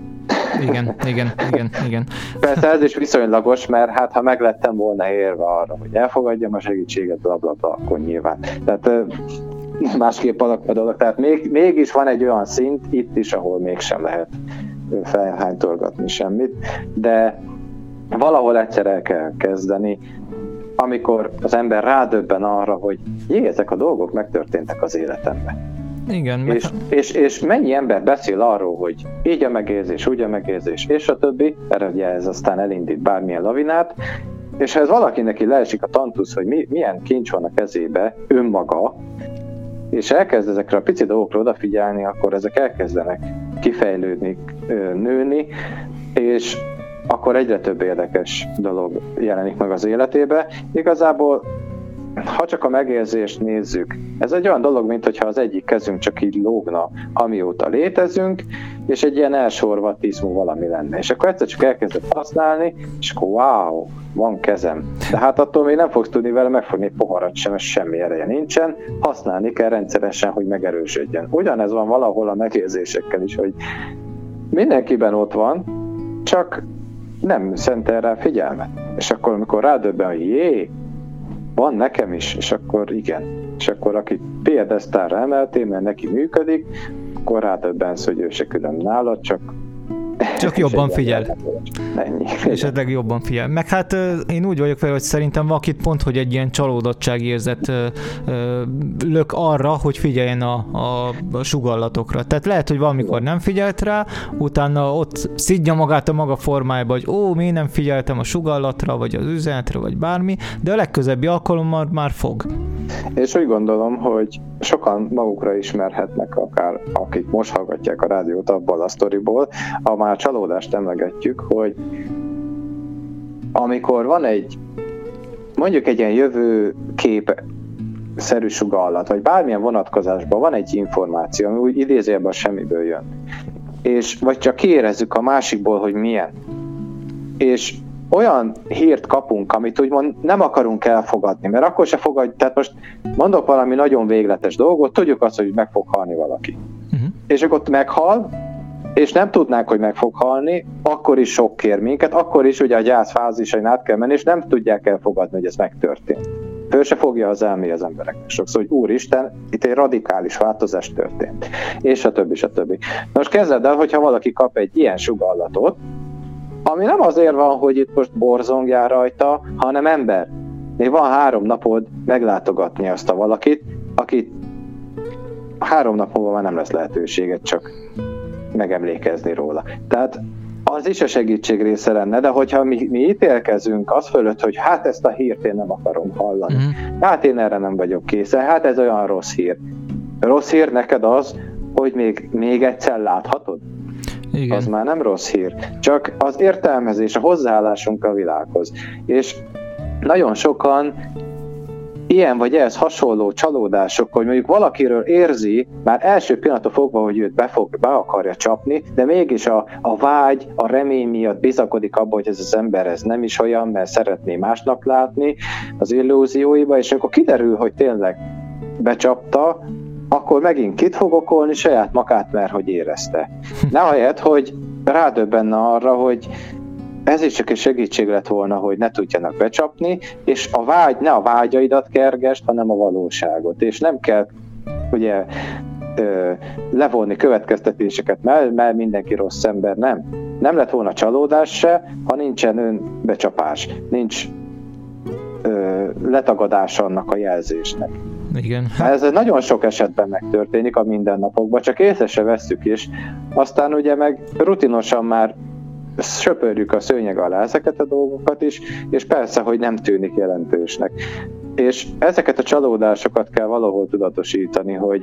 Igen. Persze ez is viszonylagos, mert hát ha meglettem volna érve arra, hogy elfogadjam a segítséget, blablabla, akkor nyilván. Tehát másképp alakul a dolog. Tehát mégis van egy olyan szint itt is, ahol mégsem lehet felhánytorgatni semmit, de valahol egyszer el kell kezdeni, amikor az ember rádöbben arra, hogy ezek a dolgok megtörténtek az életemben. Igen. És mennyi ember beszél arról, hogy így a megérzés, úgy a megérzés, és a többi, mert ugye ez aztán elindít bármilyen lavinát, és ha ez valakinek leesik a tantusz, hogy milyen kincs van a kezébe, önmaga, és elkezd ezekre a pici dolgokra odafigyelni, akkor ezek elkezdenek kifejlődni, nőni, és akkor egyre több érdekes dolog jelenik meg az életébe. Igazából, ha csak a megérzést nézzük, ez egy olyan dolog, mint hogyha az egyik kezünk csak így lógna, amióta létezünk, és egy ilyen elsorvatizmú valami lenne. És akkor egyszer csak elkezded használni, és akkor wow, van kezem. De hát attól még nem fogsz tudni vele megfogni egy poharat sem, és semmi ereje nincsen. Használni kell rendszeresen, hogy megerősödjön. Ugyanez van valahol a megérzésekkel is, hogy mindenkiben ott van, csak nem szentel rá figyelmet. És akkor, amikor rádöbben, hogy van nekem is, és akkor igen. És akkor aki piedesztálra emeltél, mert neki működik, akkor rádöbbensz, hogy ő se külön nálad, csak jobban figyel. Ennyi. Esetleg jobban figyel. Meg hát én úgy vagyok vele, hogy szerintem valakit pont, hogy egy ilyen csalódottságérzet lök arra, hogy figyeljen a sugallatokra. Tehát lehet, hogy valamikor nem figyelt rá, utána ott szidja magát a maga formájába, hogy miért nem figyeltem a sugallatra, vagy az üzenetre, vagy bármi, de a legközelebbi alkalommal már fog. És úgy gondolom, hogy sokan magukra ismerhetnek, akár akik most hallgatják a rádiót abból a sztoriból, ha már csalódást emlegetjük, hogy amikor van mondjuk egy ilyen jövőkép szerű sugallat, vagy bármilyen vonatkozásban van egy információ, ami úgy idézőjelben semmiből jön, és vagy csak kiérezzük a másikból, hogy milyen, és olyan hírt kapunk, amit úgymond nem akarunk elfogadni, mert akkor se fogadj, tehát most mondok valami nagyon végletes dolgot, tudjuk azt, hogy meg fog halni valaki. És akkor ott meghal, és nem tudnánk, hogy meg fog halni, akkor is sok kér minket, akkor is ugye a gyász fázisain át kell menni, és nem tudják elfogadni, hogy ez megtörtént. Föl se fogja az elmé az embereknek sokszor, hogy úristen, itt egy radikális változás történt. És a többi, Most kezded el, hogyha valaki kap egy ilyen sugallatot, ami nem azért van, hogy itt most borzongjál rajta, hanem ember. Még van 3 napod meglátogatni azt a valakit, akit 3 nap múlva már nem lesz lehetőséged csak megemlékezni róla. Tehát az is a segítség része lenne, de hogyha mi ítélkezünk az fölött, hogy hát ezt a hírt én nem akarom hallani, hát én erre nem vagyok készen, hát ez olyan rossz hír. Rossz hír neked az, hogy még egyszer láthatod? Igen. Az már nem rossz hír. Csak az értelmezés, a hozzáállásunk a világhoz. És nagyon sokan ilyen vagy ehhez hasonló csalódások, hogy mondjuk valakiről érzi, már első pillanattól fogva, hogy őt be akarja csapni, de mégis a vágy, a remény miatt bizakodik abba, hogy ez az ember ez nem is olyan, mert szeretné másnak látni az illúzióiba, és akkor kiderül, hogy tényleg becsapta, akkor megint kit fog okolni, saját magát, mert hogy érezte. Nehelyett, hogy rádöbbenne arra, hogy ez is csak egy segítség lett volna, hogy ne tudjanak becsapni, és ne a vágyaidat kergest, hanem a valóságot. És nem kell ugye levonni következtetéseket, mert mindenki rossz ember, nem. Nem lett volna csalódás se, ha nincsen önbecsapás, nincs letagadás annak a jelzésnek. Igen. Ez nagyon sok esetben megtörténik a mindennapokban, csak észre se vesszük is. Aztán ugye meg rutinosan már söpörjük a szőnyeg alá ezeket a dolgokat is, és persze, hogy nem tűnik jelentősnek. És ezeket a csalódásokat kell valahol tudatosítani, hogy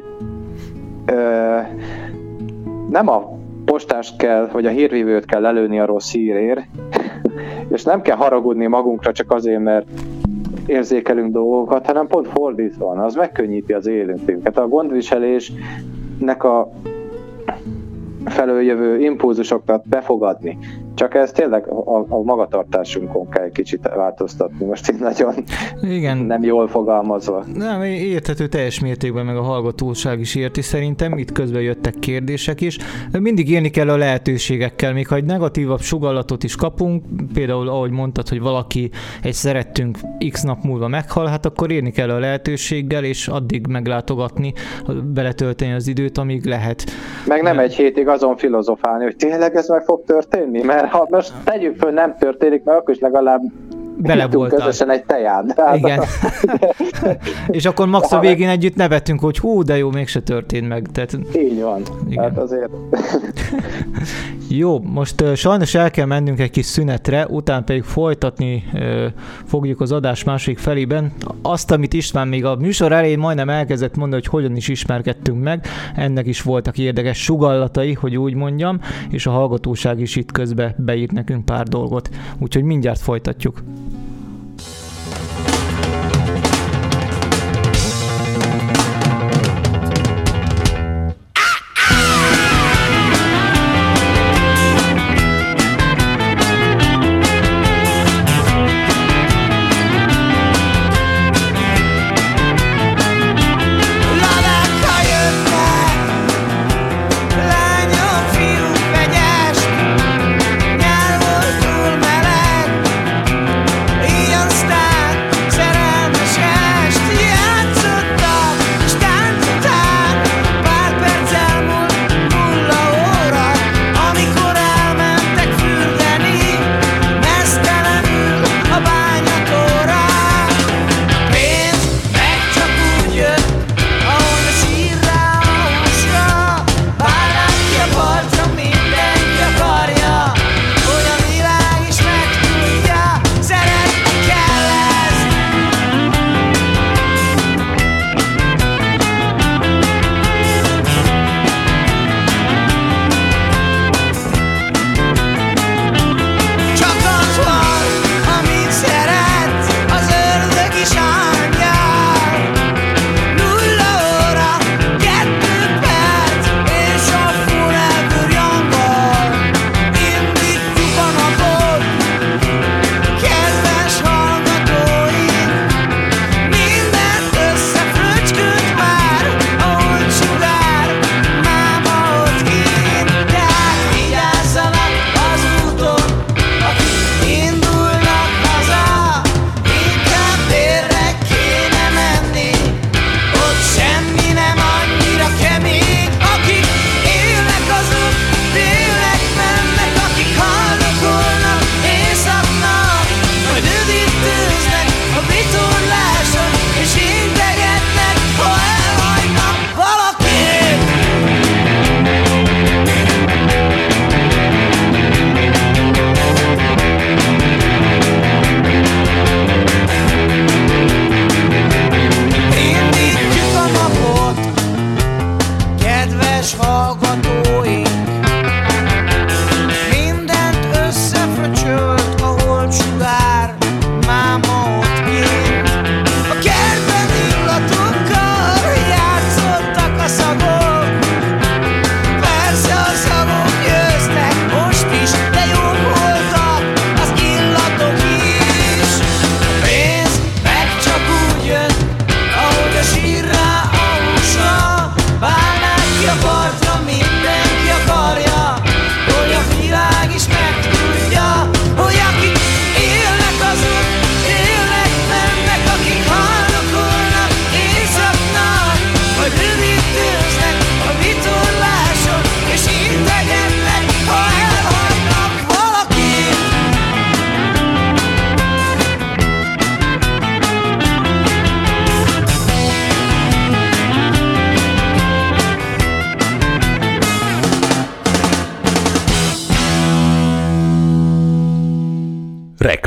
nem a postást kell, vagy a hírvívőt kell lelőni a rossz hírért, és nem kell haragudni magunkra csak azért, mert érzékelünk dolgokat, hanem pont fordítva van, az megkönnyíti az életünket. A gondviselésnek a felőjövő impulzusokat befogadni. Csak ez tényleg a magatartásunkon kell egy kicsit változtatni. Most így nagyon nem jól fogalmazva. Nem, érthető teljes mértékben, meg a hallgatóság is érti szerintem. Itt közben jöttek kérdések is. Mindig élni kell a lehetőségekkel, még ha egy negatívabb sugallatot is kapunk, például ahogy mondtad, hogy valaki egy szerettünk x nap múlva meghal, hát akkor élni kell a lehetőséggel, és addig meglátogatni, beletölteni az időt, amíg lehet. Meg nem egy hétig azon filozofálni, hogy tényleg ez meg fog történni, mert ha most tegyük föl, nem történik, mert akkor is legalább bele voltál. Közösen egy teján. Igen. És akkor max a végén együtt nevetünk, hogy hú, de jó, mégse történt meg. Tehát... Így van. Igen. Hát azért... Jó, most sajnos el kell mennünk egy kis szünetre, utána pedig folytatni fogjuk az adás második felében. Azt, amit István még a műsor elején majdnem elkezdett mondani, hogy hogyan is ismerkedtünk meg, ennek is voltak érdekes sugallatai, hogy úgy mondjam, és a hallgatóság is itt közben beírt nekünk pár dolgot. Úgyhogy mindjárt folytatjuk.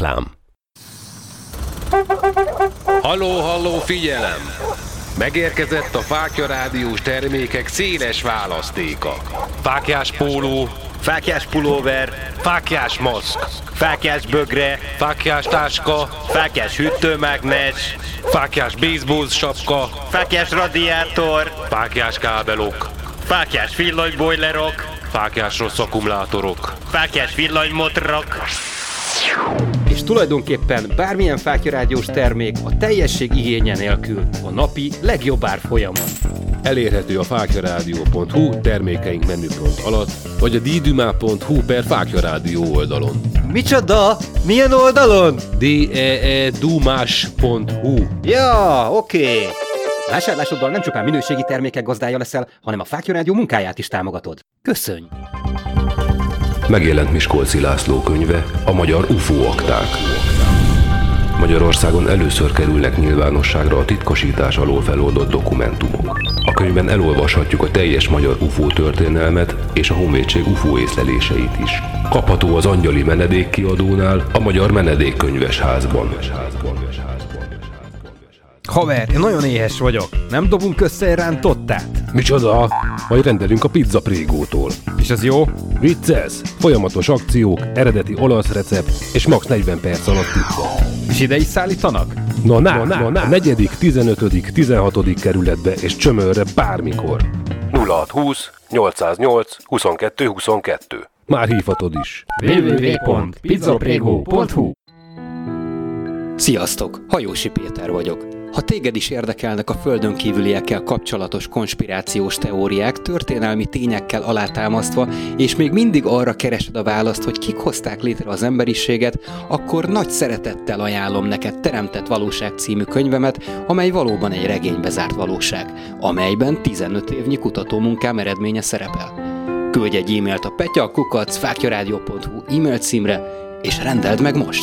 Reklám. Halló, figyelem! Megérkezett a Fákja Rádiós termékek széles választéka. Fáklyás póló, fáklyás pulóver, fáklyás maszk, fáklyás bögre, fáklyás táska, fáklyás hűtőmágnes, fáklyás baseball sapka, fáklyás radiátor, fáklyás kábelok, fáklyás villanybojlerok, fáklyás rossz akkumulátorok, fáklyás villanymotorok. És tulajdonképpen bármilyen Fákja Rádiós termék a teljesség igénye nélkül a napi legjobb árfolyamon. Elérhető a fakjaradio.hu termékeink menüpont alatt, vagy a ddumá.hu/Fákja Rádió oldalon. Micsoda? Milyen oldalon? deedumás.hu. Ja, oké. Vásárlásoddal nem csupán minőségi termékek gazdája leszel, hanem a Fákja Rádió munkáját is támogatod. Köszönj! Megjelent Miskolci László könyve, a magyar UFO akták. Magyarországon először kerülnek nyilvánosságra a titkosítás alól feloldott dokumentumok. A könyvben elolvashatjuk a teljes magyar UFO történelmet és a honvédség UFO észleléseit is. Kapható az Angyali Menedék kiadónál, a Magyar Menedékkönyves Házban. Haver, én nagyon éhes vagyok. Nem dobunk össze egy rántottát? Micsoda? Majd rendelünk a Pizza Prégótól. És az jó? Vicces! Folyamatos akciók, eredeti olasz recept és max. 40 perc alatt pizza. És ide is szállítanak? Na, a 4., 15., 16. kerületbe és Csömörre bármikor. 0620 808 22 22. Már hívhatod is. www.pizzaprego.hu. Sziasztok! Hajósi Péter vagyok. Ha téged is érdekelnek a földön kívüliekkel kapcsolatos konspirációs teóriák, történelmi tényekkel alátámasztva, és még mindig arra keresed a választ, hogy kik hozták létre az emberiséget, akkor nagy szeretettel ajánlom neked Teremtett Valóság című könyvemet, amely valóban egy regénybe zárt valóság, amelyben 15 évnyi kutatómunkám eredménye szerepel. Küldj egy e-mailt a petya@fakjaradio.hu e-mail címre, és rendeld meg most!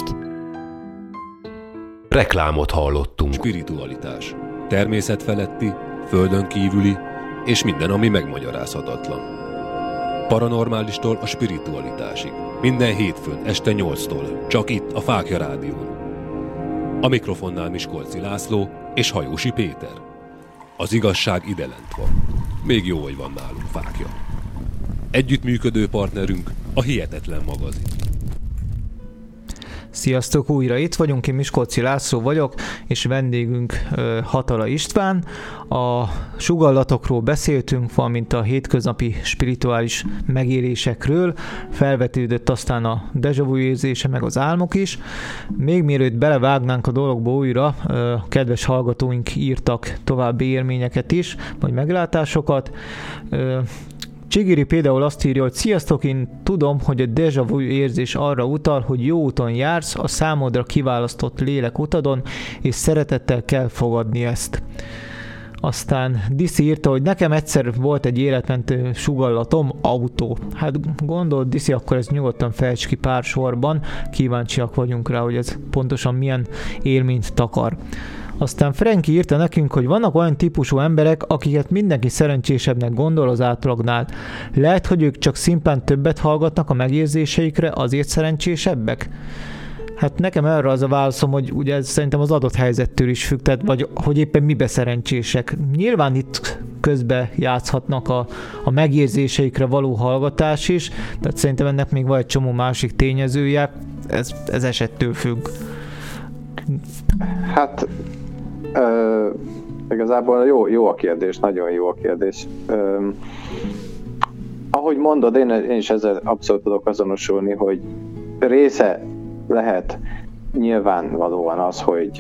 Reklámot hallottunk. Spiritualitás. Természetfeletti, földön kívüli, és minden, ami megmagyarázhatatlan. Paranormálistól a spiritualitásig. Minden hétfőn este 8-tól. Csak itt a Fákja Rádión. A mikrofonnál Miskolci László és Hajósi Péter. Az igazság ide lent van. Még jó, hogy van nálunk Fákja. Együttműködő partnerünk a Hihetetlen magazin. Sziasztok, újra itt vagyunk, én Miskolci László vagyok, és vendégünk Hatala István. A sugallatokról beszéltünk, valamint a hétköznapi spirituális megélésekről, felvetődött aztán a déjà vu érzése, meg az álmok is. Még mielőtt belevágnánk a dologba újra, kedves hallgatóink írtak további élményeket is, vagy meglátásokat. Csigiri például azt írja, hogy sziasztok, én tudom, hogy a déjà vu érzés arra utal, hogy jó úton jársz, a számodra kiválasztott lélek utadon, és szeretettel kell fogadni ezt. Aztán Diszi írta, hogy nekem egyszer volt egy életmentő sugallatom, autó. Hát gondold, Diszi, akkor ez nyugodtan fejtsd ki pár sorban, kíváncsiak vagyunk rá, hogy ez pontosan milyen élményt takar. Aztán Franki írta nekünk, hogy vannak olyan típusú emberek, akiket mindenki szerencsésebbnek gondol az átlagnál. Lehet, hogy ők csak szimplán többet hallgatnak a megérzéseikre, azért szerencsésebbek? Hát nekem erre az a válaszom, hogy ugye ez szerintem az adott helyzettől is függ, tehát vagy hogy éppen mibe szerencsések. Nyilván itt közbe játszhatnak a megérzéseikre való hallgatás is, tehát szerintem ennek még van egy csomó másik tényezője, ez esettől függ. Hát igazából jó a kérdés, nagyon jó a kérdés. Ahogy mondod, én is ezzel abszolút tudok azonosulni, hogy része lehet nyilvánvalóan az, hogy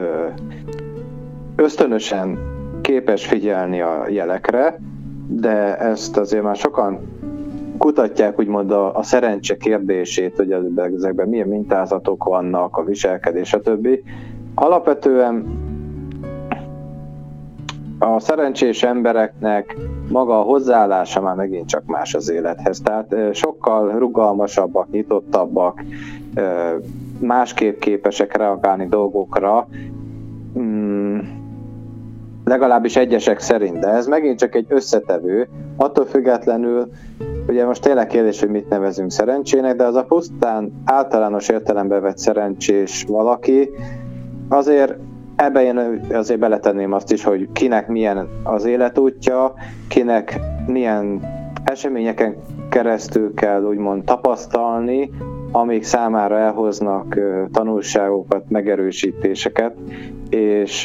ösztönösen képes figyelni a jelekre, de ezt azért már sokan kutatják úgymond a szerencse kérdését, hogy ezekben milyen mintázatok vannak, a viselkedés, stb. Alapvetően a szerencsés embereknek maga a hozzáállása már megint csak más az élethez. Tehát sokkal rugalmasabbak, nyitottabbak, másképp képesek reagálni dolgokra. legalábbis egyesek szerint, de ez megint csak egy összetevő, attól függetlenül, ugye most tényleg kérdés, hogy mit nevezünk szerencsének, de az a pusztán általános értelemben vett szerencsés valaki, azért ebben én azért beletenném azt is, hogy kinek milyen az életútja, kinek milyen eseményeken keresztül kell úgymond tapasztalni, amik számára elhoznak tanulságokat, megerősítéseket, és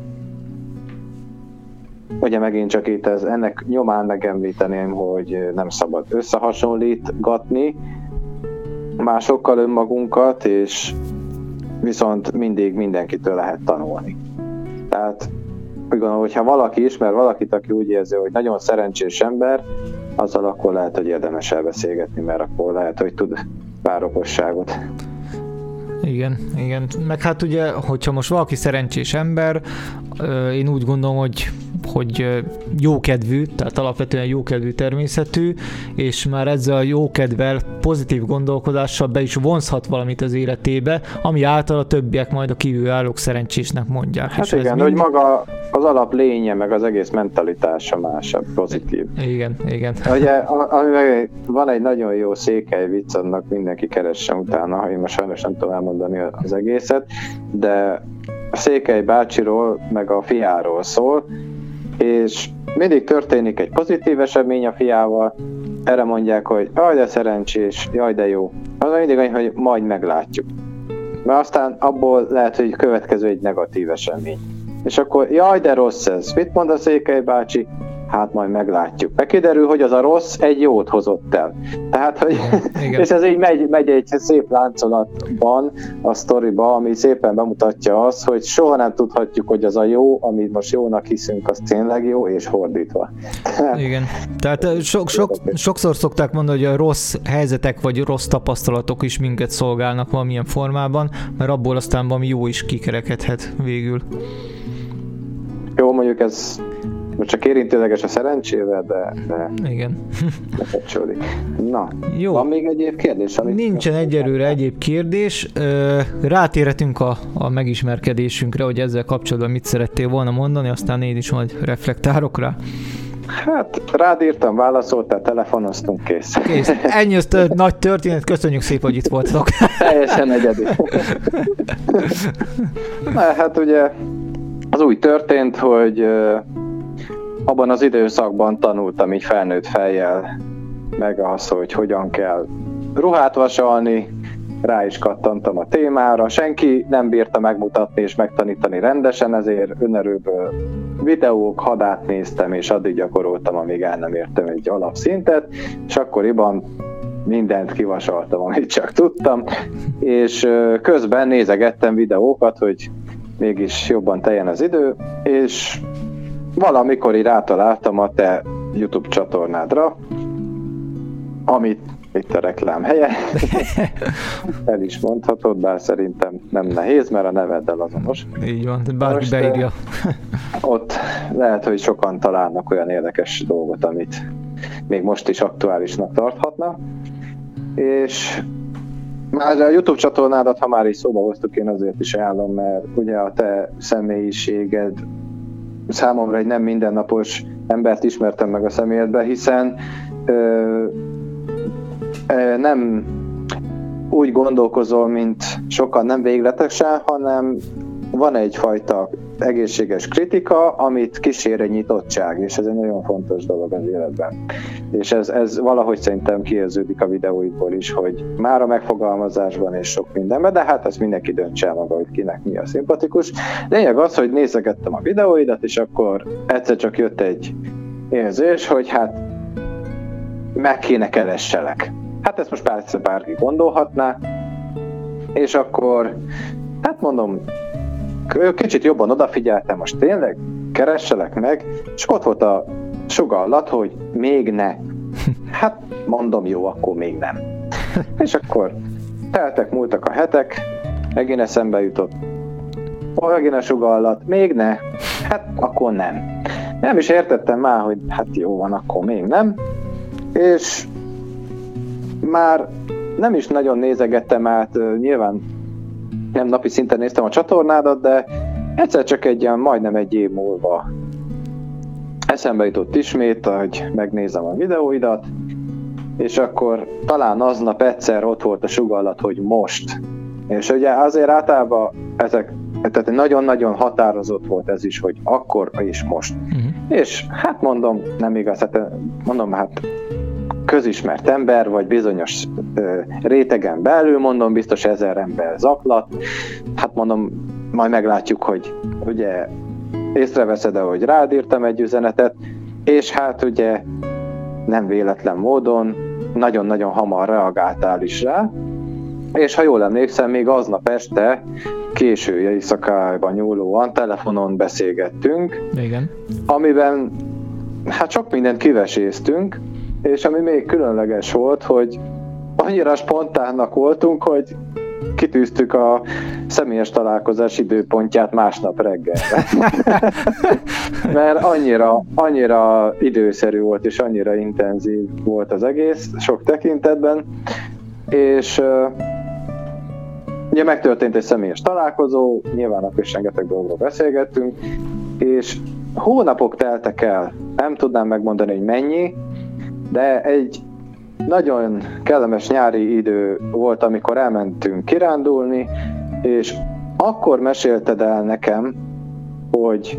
ugye megint csak itt ennek nyomán megemlíteném, hogy nem szabad összehasonlítgatni másokkal önmagunkat, és viszont mindig mindenkitől lehet tanulni. Tehát úgy gondolom, hogyha valaki ismer valakit, aki úgy érzi, hogy nagyon szerencsés ember, azzal akkor lehet, hogy érdemes elbeszélgetni, mert akkor lehet, hogy tud pár okosságot. Igen. Meg hát ugye, hogyha most valaki szerencsés ember, én úgy gondolom, hogy jókedvű, tehát alapvetően jókedvű természetű, és már ezzel a jókedvel, pozitív gondolkodással be is vonzhat valamit az életébe, ami által a többiek majd a kívülállók szerencsésnek mondják. Hát igen, hogy maga az alap lénye, meg az egész mentalitása másabb, pozitív. Igen. Ugye, van egy nagyon jó székely vicc, annak mindenki keressen utána, én most sajnos nem tudom elmondani az egészet, de a Székely bácsiról, meg a fiáról szól, és mindig történik egy pozitív esemény a fiával, erre mondják, hogy jaj, de szerencsés, jaj, de jó. Az mindig annyi, hogy majd meglátjuk. Mert aztán abból lehet, hogy következő egy negatív esemény. És akkor jaj, de rossz ez. Mit mond a Székely bácsi? Hát majd meglátjuk. Meg kiderül, hogy az a rossz egy jót hozott el. Tehát, hogy és ez így megy egy szép láncolatban a sztoriba, ami szépen bemutatja azt, hogy soha nem tudhatjuk, hogy az a jó, amit most jónak hiszünk, az tényleg jó, és fordítva. Igen. Tehát sokszor szokták mondani, hogy a rossz helyzetek vagy rossz tapasztalatok is minket szolgálnak valamilyen formában, mert abból aztán valami jó is kikerekedhet végül. Jó, mondjuk ez most csak érintőleges a szerencsével, de igen. Bekapcsolódik. Na, jó. Van még egyéb kérdés? Nincsen egyelőre egyéb kérdés. Rátérhetünk a megismerkedésünkre, hogy ezzel kapcsolatban mit szerettél volna mondani, aztán én is majd reflektálok rá. Hát rád írtam, válaszoltál, telefonoztunk, kész. Ennyi nagy történet, köszönjük szépen, hogy itt voltatok. Teljesen egyedi. Na, hát ugye az úgy történt, hogy abban az időszakban tanultam így felnőtt fejjel meg az, hogy hogyan kell ruhát vasalni, rá is kattantam a témára, senki nem bírta megmutatni és megtanítani rendesen, ezért önerőből videók hadát néztem, és addig gyakoroltam, amíg el nem értem egy alapszintet, és akkoriban mindent kivasaltam, amit csak tudtam, és közben nézegettem videókat, hogy mégis jobban teljen az idő, és valamikor így rátaláltam a te YouTube csatornádra, amit itt a reklám helye, el is mondhatod, bár szerintem nem nehéz, mert a neveddel azonos. Így van, bárki beírja. Ott lehet, hogy sokan találnak olyan érdekes dolgot, amit még most is aktuálisnak tarthatna, és már a YouTube csatornádat, ha már is szóba hoztuk, én azért is ajánlom, mert ugye a te személyiséged számomra egy nem mindennapos embert ismertem meg a személyedbe, hiszen nem úgy gondolkozol, mint sokan, nem végletesen, hanem van egyfajta egészséges kritika, amit kísér egy nyitottság, és ez egy nagyon fontos dolog az életben. És ez valahogy szerintem kiérződik a videóidból is, hogy már a megfogalmazásban és sok mindenben, de hát ezt mindenki döntse el maga, hogy kinek mi a szimpatikus. Lényeg az, hogy nézegettem a videóidat, és akkor egyszer csak jött egy érzés, hogy hát meg kéne keresselek. Hát ezt most persze bárki gondolhatná, és akkor, hát mondom, kicsit jobban odafigyeltem, most tényleg keresselek meg, és ott volt a sugallat, hogy még ne. Hát mondom, jó, akkor még nem. És akkor múltak a hetek, megint eszembe jutott, megint a sugallat, még ne. Hát akkor nem. Nem is értettem már, hogy hát jó van, akkor még nem. És már nem is nagyon nézegettem át, nyilván nem napi szinten néztem a csatornádat, de egyszer csak egy ilyen majdnem egy év múlva eszembe jutott ismét, hogy megnézem a videóidat, és akkor talán aznap egyszer ott volt a sugallat, hogy most. És ugye azért általában tehát nagyon-nagyon határozott volt ez is, hogy akkor és most. És hát mondom, nem igaz, hát közismert ember, vagy bizonyos rétegen belül, mondom, biztos 1000 ember zaklat. Hát mondom, majd meglátjuk, hogy ugye észreveszed-e, hogy rád írtam egy üzenetet, és hát ugye nem véletlen módon nagyon-nagyon hamar reagáltál is rá, és ha jól emlékszem, még aznap este késő éjszakában nyúlóan telefonon beszélgettünk, igen. Amiben hát sok mindent kiveséztünk, és ami még különleges volt, hogy annyira spontánnak voltunk, hogy kitűztük a személyes találkozás időpontját másnap reggelre. Mert annyira időszerű volt, és annyira intenzív volt az egész, sok tekintetben, és ugye megtörtént egy személyes találkozó, nyilván akkor is rengeteg dolgokról beszélgettünk, és hónapok teltek el, nem tudnám megmondani, hogy mennyi, de egy nagyon kellemes nyári idő volt, amikor elmentünk kirándulni, és akkor mesélted el nekem, hogy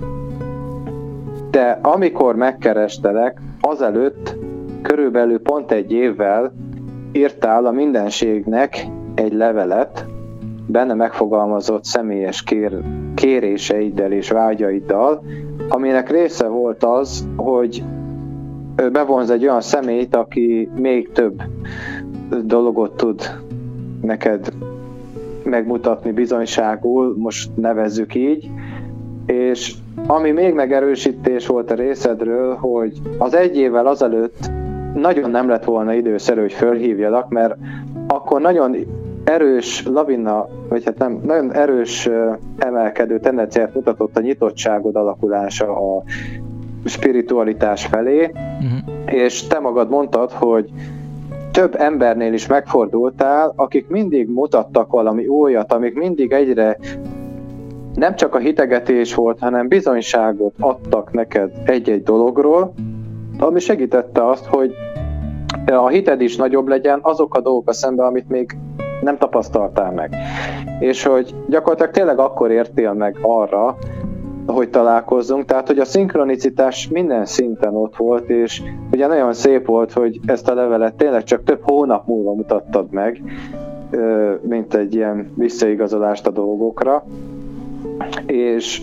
te amikor megkerestelek, azelőtt körülbelül pont egy évvel írtál a mindenségnek egy levelet, benne megfogalmazott személyes kéréseiddel és vágyaiddal, aminek része volt az, hogy bevonz egy olyan személyt, aki még több dologot tud neked megmutatni bizonyságul, most nevezzük így, és ami még megerősítés volt a részedről, hogy az egy évvel azelőtt nagyon nem lett volna időszerű, hogy fölhívjalak, mert akkor nagyon erős lavina, vagy hát nem, nagyon erős emelkedő tendenciát mutatott a nyitottságod alakulása a spiritualitás felé, és te magad mondtad, hogy több embernél is megfordultál, akik mindig mutattak valami újat, amik mindig egyre nem csak a hitegetés volt, hanem bizonyságot adtak neked egy-egy dologról, ami segítette azt, hogy a hited is nagyobb legyen azok a dolgok szemben, amit még nem tapasztaltál meg. És hogy gyakorlatilag tényleg akkor értél meg arra, hogy találkozzunk, tehát hogy a szinkronicitás minden szinten ott volt, és ugye nagyon szép volt, hogy ezt a levelet tényleg csak több hónap múlva mutattad meg, mint egy ilyen visszaigazolást a dolgokra. És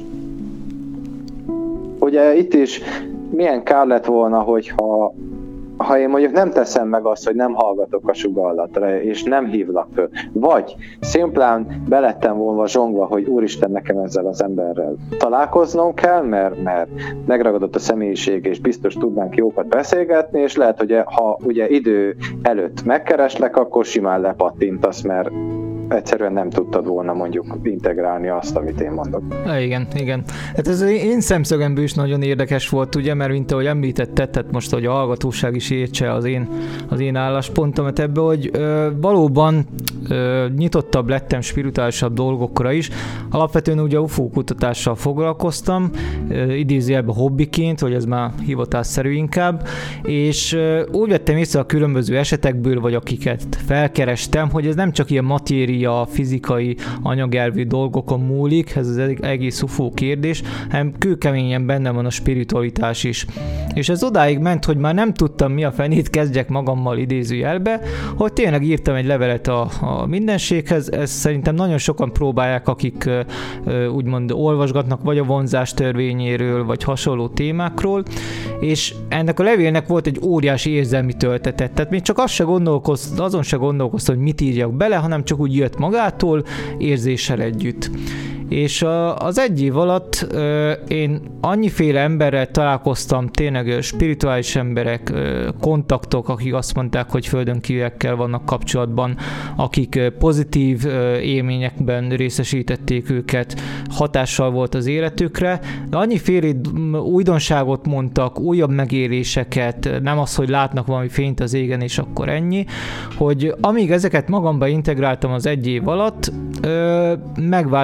ugye itt is milyen kár lett volna, hogyha én mondjuk nem teszem meg azt, hogy nem hallgatok a sugallatra, és nem hívlak föl, vagy szimplán belettem volna zsongva, hogy úristen, nekem ezzel az emberrel találkoznom kell, mert megragadott a személyiség, és biztos tudnánk jókat beszélgetni, és lehet, hogy ha ugye idő előtt megkereslek, akkor simán lepattintasz, mert egyszerűen nem tudtad volna mondjuk integrálni azt, amit én mondok. Igen. Hát ez én szemszögemből is nagyon érdekes volt, ugye, mert mint ahogy említetted, tehát most, hogy a hallgatóság is értse az én álláspontomat ebbe, hogy valóban nyitottabb lettem spirituálisabb dolgokra is. Alapvetően ugye UFO kutatással foglalkoztam, idézőjelben hobbiként, vagy ez már hivatásszerű inkább, és úgy vettem észre a különböző esetekből, vagy akiket felkerestem, hogy ez nem csak ilyen matéria, fizikai, anyagelvű dolgokon múlik, ez az egész UFO kérdés, hanem kőkeményen benne van a spiritualitás is. És ez odáig ment, hogy már nem tudtam, mi a fenét kezdjek magammal idézőjelbe, hogy tényleg írtam egy levelet a mindenséghez, ezt szerintem nagyon sokan próbálják, akik úgymond olvasgatnak, vagy a vonzás törvényéről, vagy hasonló témákról, és ennek a levélnek volt egy óriási érzelmi töltetet, tehát még csak azon se gondolkoztam, hogy mit írjak bele, hanem csak úgy jött magától, érzéssel együtt. És az egy év alatt én annyiféle emberrel találkoztam, tényleg spirituális emberek, kontaktok, akik azt mondták, hogy földön kívüliekkel vannak kapcsolatban, akik pozitív élményekben részesítették őket, hatással volt az életükre, de annyiféle újdonságot mondtak, újabb megéléseket, nem az, hogy látnak valami fényt az égen, és akkor ennyi, hogy amíg ezeket magamba integráltam az egy év alatt, megváltozott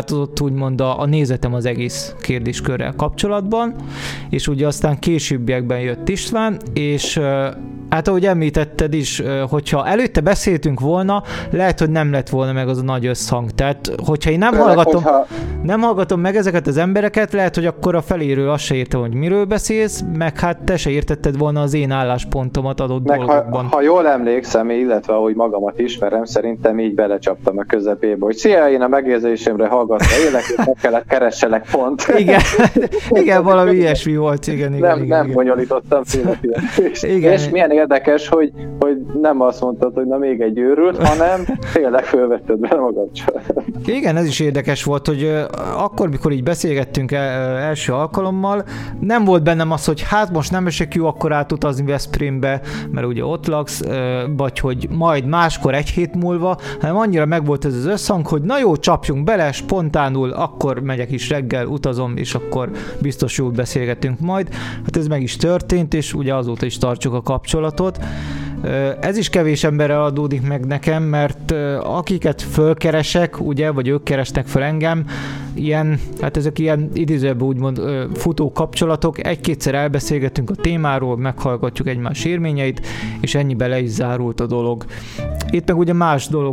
úgymond a nézetem az egész kérdéskörrel kapcsolatban, és ugye aztán későbbiekben jött István, és hát ahogy említetted is, hogyha előtte beszéltünk volna, lehet, hogy nem lett volna meg az a nagy összhang. Tehát, hogyha én nem hallgatom meg ezeket az embereket, lehet, hogy akkor a feléről azt se értem, hogy miről beszélsz, meg hát te se értetted volna az én álláspontomat adott dolgokban. Ha jól emlékszem, illetve ahogy magamat ismerem, szerintem így belecsaptam a közepébe, hogy szia, én a megérzésemre hallgatva élek, és meg kellett keresselek pont. Igen, valami ilyesmi volt. Igen, nem bonyolítottam félre. És milyen érdekes, hogy nem azt mondtad, hogy na még egy őrült, hanem tényleg fölvetted be magad. Igen, ez is érdekes volt, hogy akkor, mikor így beszélgettünk első alkalommal, nem volt bennem az, hogy hát most nem esik jó akkor átutazni Veszprémbe, mert ugye ott laksz, vagy hogy majd máskor egy hét múlva, hanem annyira megvolt ez az összhang, hogy na jó, csapjunk bele, spontánul, akkor megyek is reggel, utazom, és akkor biztos jól beszélgetünk majd. Hát ez meg is történt, és ugye azóta is tartsuk a kapcsolatot. Ez is kevés emberrel adódik meg nekem, mert akiket fölkeresek, ugye, vagy ők keresnek fel engem, hát ezek ilyen idézőben úgymond futó kapcsolatok, egy-kétszer elbeszélgetünk a témáról, meghallgatjuk egymás élményeit, és ennyiben le is zárult a dolog. Itt meg ugye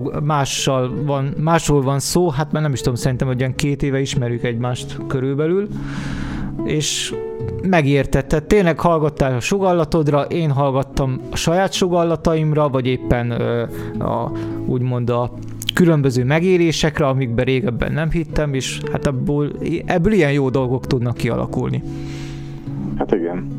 másról van szó, hát már nem is tudom, szerintem, hogy olyan 2 éve ismerjük egymást körülbelül, és megértetted, tényleg hallgattál a sugallatodra, én hallgattam a saját sugallataimra, vagy éppen úgymond a különböző megérésekre, amikben régebben nem hittem, és hát ebből ilyen jó dolgok tudnak kialakulni. Hát igen.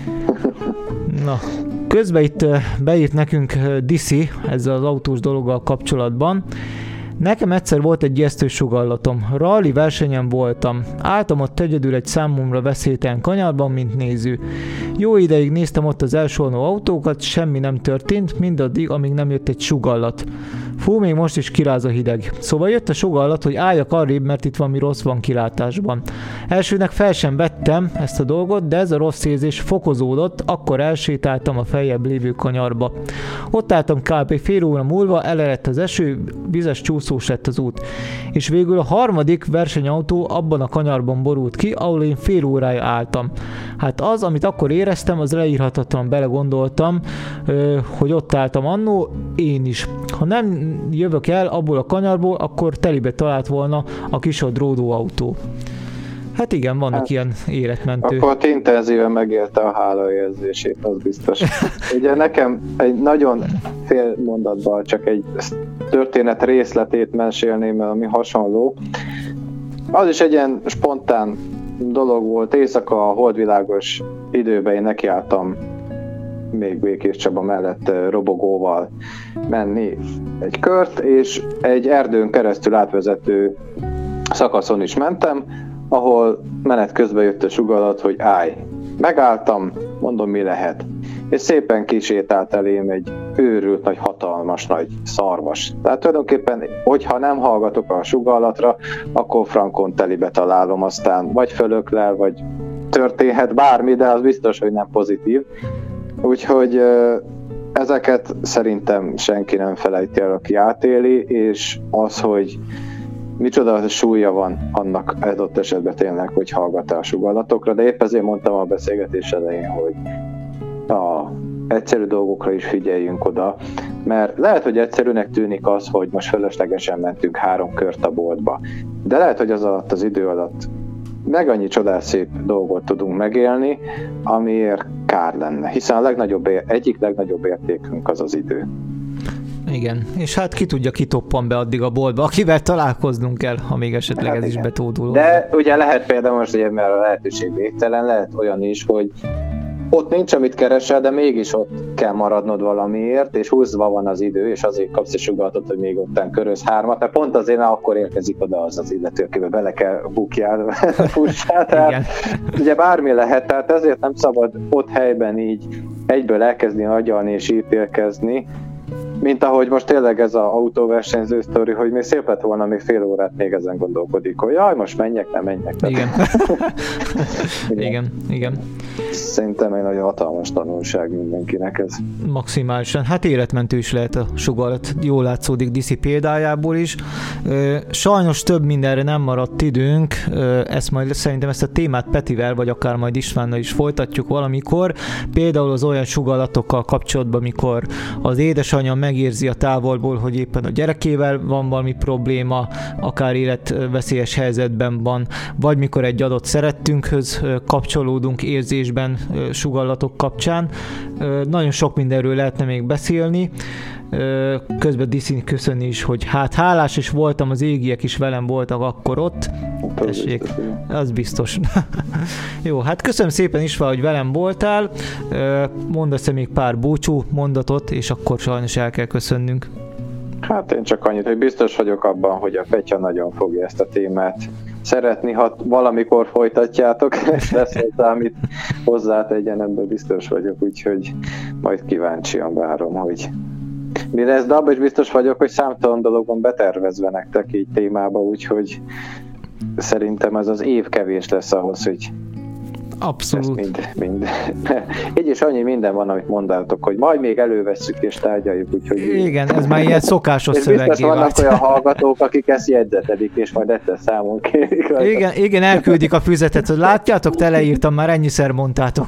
Na, közben itt beírt nekünk Diszi ezzel az autós dologgal kapcsolatban. Nekem egyszer volt egy ijesztő sugallatom. Rally versenyen voltam. Álltam ott egyedül egy számomra veszélytelen kanyarban, mint néző. Jó ideig néztem ott az elsoroló autókat, semmi nem történt, mindaddig, amíg nem jött egy sugallat. Fú, még most is kiráz a hideg. Szóval jött a sugallat, hogy álljak arrébb, mert itt valami rossz van kilátásban. Elsőnek fel sem vettem ezt a dolgot, de ez a rossz érzés fokozódott, akkor elsétáltam a feljebb lévő kanyarba. Ott álltam kb. Fél óra múlva, elerett az eső, vizes csúszós lett az út. És végül a harmadik versenyautó abban a kanyarban borult ki, ahol én fél órája álltam. Hát az, amit akkor éreztem, az leírhatatlan, belegondoltam, hogy ott álltam annó, én is. Ha nem jövök el abból a kanyarból, akkor telibe talált volna a kisodródó autó. Hát igen, vannak ilyen életmentő. Akkor ott intenzíven megélte a hálaérzését, az biztos. Ugye nekem egy nagyon fél mondatban csak egy történet részletét mesélném, ami hasonló. Az is egy ilyen spontán dolog volt. Éjszaka a holdvilágos időben én nekiálltam még Békés Csaba mellett robogóval menni egy kört, és egy erdőn keresztül átvezető szakaszon is mentem, ahol menet közben jött a sugallat, hogy állj. Megálltam, mondom, mi lehet. És szépen kisétált elém egy őrült, nagy, hatalmas, nagy szarvas. Tehát tulajdonképpen, hogyha nem hallgatok a sugallatra, akkor frankon telibe találom, aztán vagy fölöklel, vagy történhet bármi, de az biztos, hogy nem pozitív. Úgyhogy ezeket szerintem senki nem felejti el, aki átéli, és az, hogy micsoda súlya van annak adott esetben tényleg, hogy hallgat a sugallatokra, de épp ezért mondtam a beszélgetés elején, hogy egyszerű dolgokra is figyeljünk oda, mert lehet, hogy egyszerűnek tűnik az, hogy most fölöslegesen mentünk 3 kört a boltba, de lehet, hogy az alatt az idő alatt meg annyi csodás szép dolgot tudunk megélni, amiért kár lenne, hiszen egyik legnagyobb értékünk az az idő. Igen, és hát ki tudja, ki toppan be addig a boltba, akivel találkoznunk kell, ha még esetleg hát ez igen. Is betódul. De ugye lehet például most, ugye, mert a lehetőség végtelen, lehet olyan is, hogy ott nincs, amit keresel, de mégis ott kell maradnod valamiért, és húzva van az idő, és azért kapsz egy sugallatot, hogy még ottán köröz 3-at, mert pont azért akkor érkezik oda az illető, akiben bele kell bukjál, fussál. Tehát ugye bármi lehet, tehát ezért nem szabad ott helyben így egyből elkezdeni agyalni és ítélkezni, Mint ahogy most tényleg ez az autóversenyző sztori, hogy még szép lett volna, még fél órát még ezen gondolkodik, hogy jaj, most menjek, nem menjek. Igen. Igen. Szerintem egy nagyon hatalmas tanulság mindenkinek ez. Maximálisan. Hát életmentő is lehet a sugallat. Jól látszódik Diszi példájából is. Sajnos több mindenre nem maradt időnk. Szerintem ezt a témát Petivel, vagy akár majd Istvánnal is folytatjuk valamikor. Például az olyan sugallatokkal kapcsolatban, amikor az édesanyja megérzi a távolból, hogy éppen a gyerekével van valami probléma, akár életveszélyes helyzetben van, vagy mikor egy adott szerettünkhöz kapcsolódunk érzésben sugallatok kapcsán. Nagyon sok mindenről lehetne még beszélni. Közben Diszi köszönni is, hogy hát hálás is voltam, az égiek is velem voltak akkor ott. Tessék, az biztos. Jó, hát köszönöm szépen István, hogy velem voltál. Mondasz-e még pár búcsú mondatot, és akkor sajnos el kell köszönnünk. Hát én csak annyit, hogy biztos vagyok abban, hogy a Petya nagyon fogja ezt a témát szeretni, ha valamikor folytatjátok, és lesz hozzá, amit hozzátegyen, ebben biztos vagyok, úgyhogy majd kíváncsian várom, hogy mi lesz, de abban is biztos vagyok, hogy számtalan dologban betervezve nektek így témába, úgyhogy szerintem ez az év kevés lesz ahhoz, hogy abszolút. Mind. Így is annyi minden van, amit mondtátok, hogy majd még elővesszük és tárgyaljuk, úgyhogy... Igen, ez már ilyen szokásos szöveggé vált. Vannak olyan hallgatók, akik ezt jegyzetelik, és majd egyszer számon kérik. Igen, elküldik a füzetet, hogy látjátok, teleírtam, már ennyiszer mondtátok.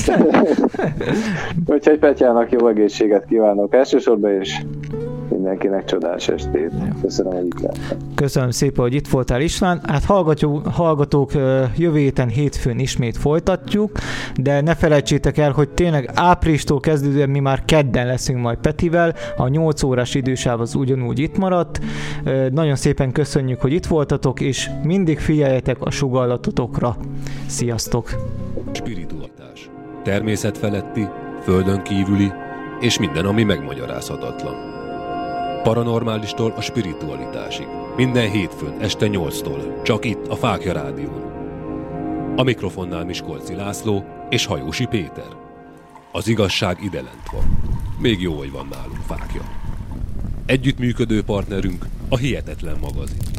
Úgyhogy Petyának jó egészséget kívánok elsősorban, és mindenkinek csodás estét. Köszönöm, hogy itt lettem. Köszönöm szépen, hogy itt voltál István. Hát hallgatók, jövő héten hétfőn ismét folytatjuk, de ne felejtsétek el, hogy tényleg áprilistól kezdődően mi már kedden leszünk majd Petivel, a 8 órás idősáv az ugyanúgy itt maradt. Nagyon szépen köszönjük, hogy itt voltatok, és mindig figyeljetek a sugallatotokra. Sziasztok! Spiritualitás. Természetfeletti, földön kívüli, és minden, ami megmagyarázhatatlan. Paranormálistól a spiritualitásig. Minden hétfőn este 8-tól, csak itt a Fáklya Rádión. A mikrofonnál Miskolci László és Hajósi Péter. Az igazság ide lent van. Még jó, hogy van nálunk Fáklya. Együttműködő partnerünk a Hihetetlen magazin.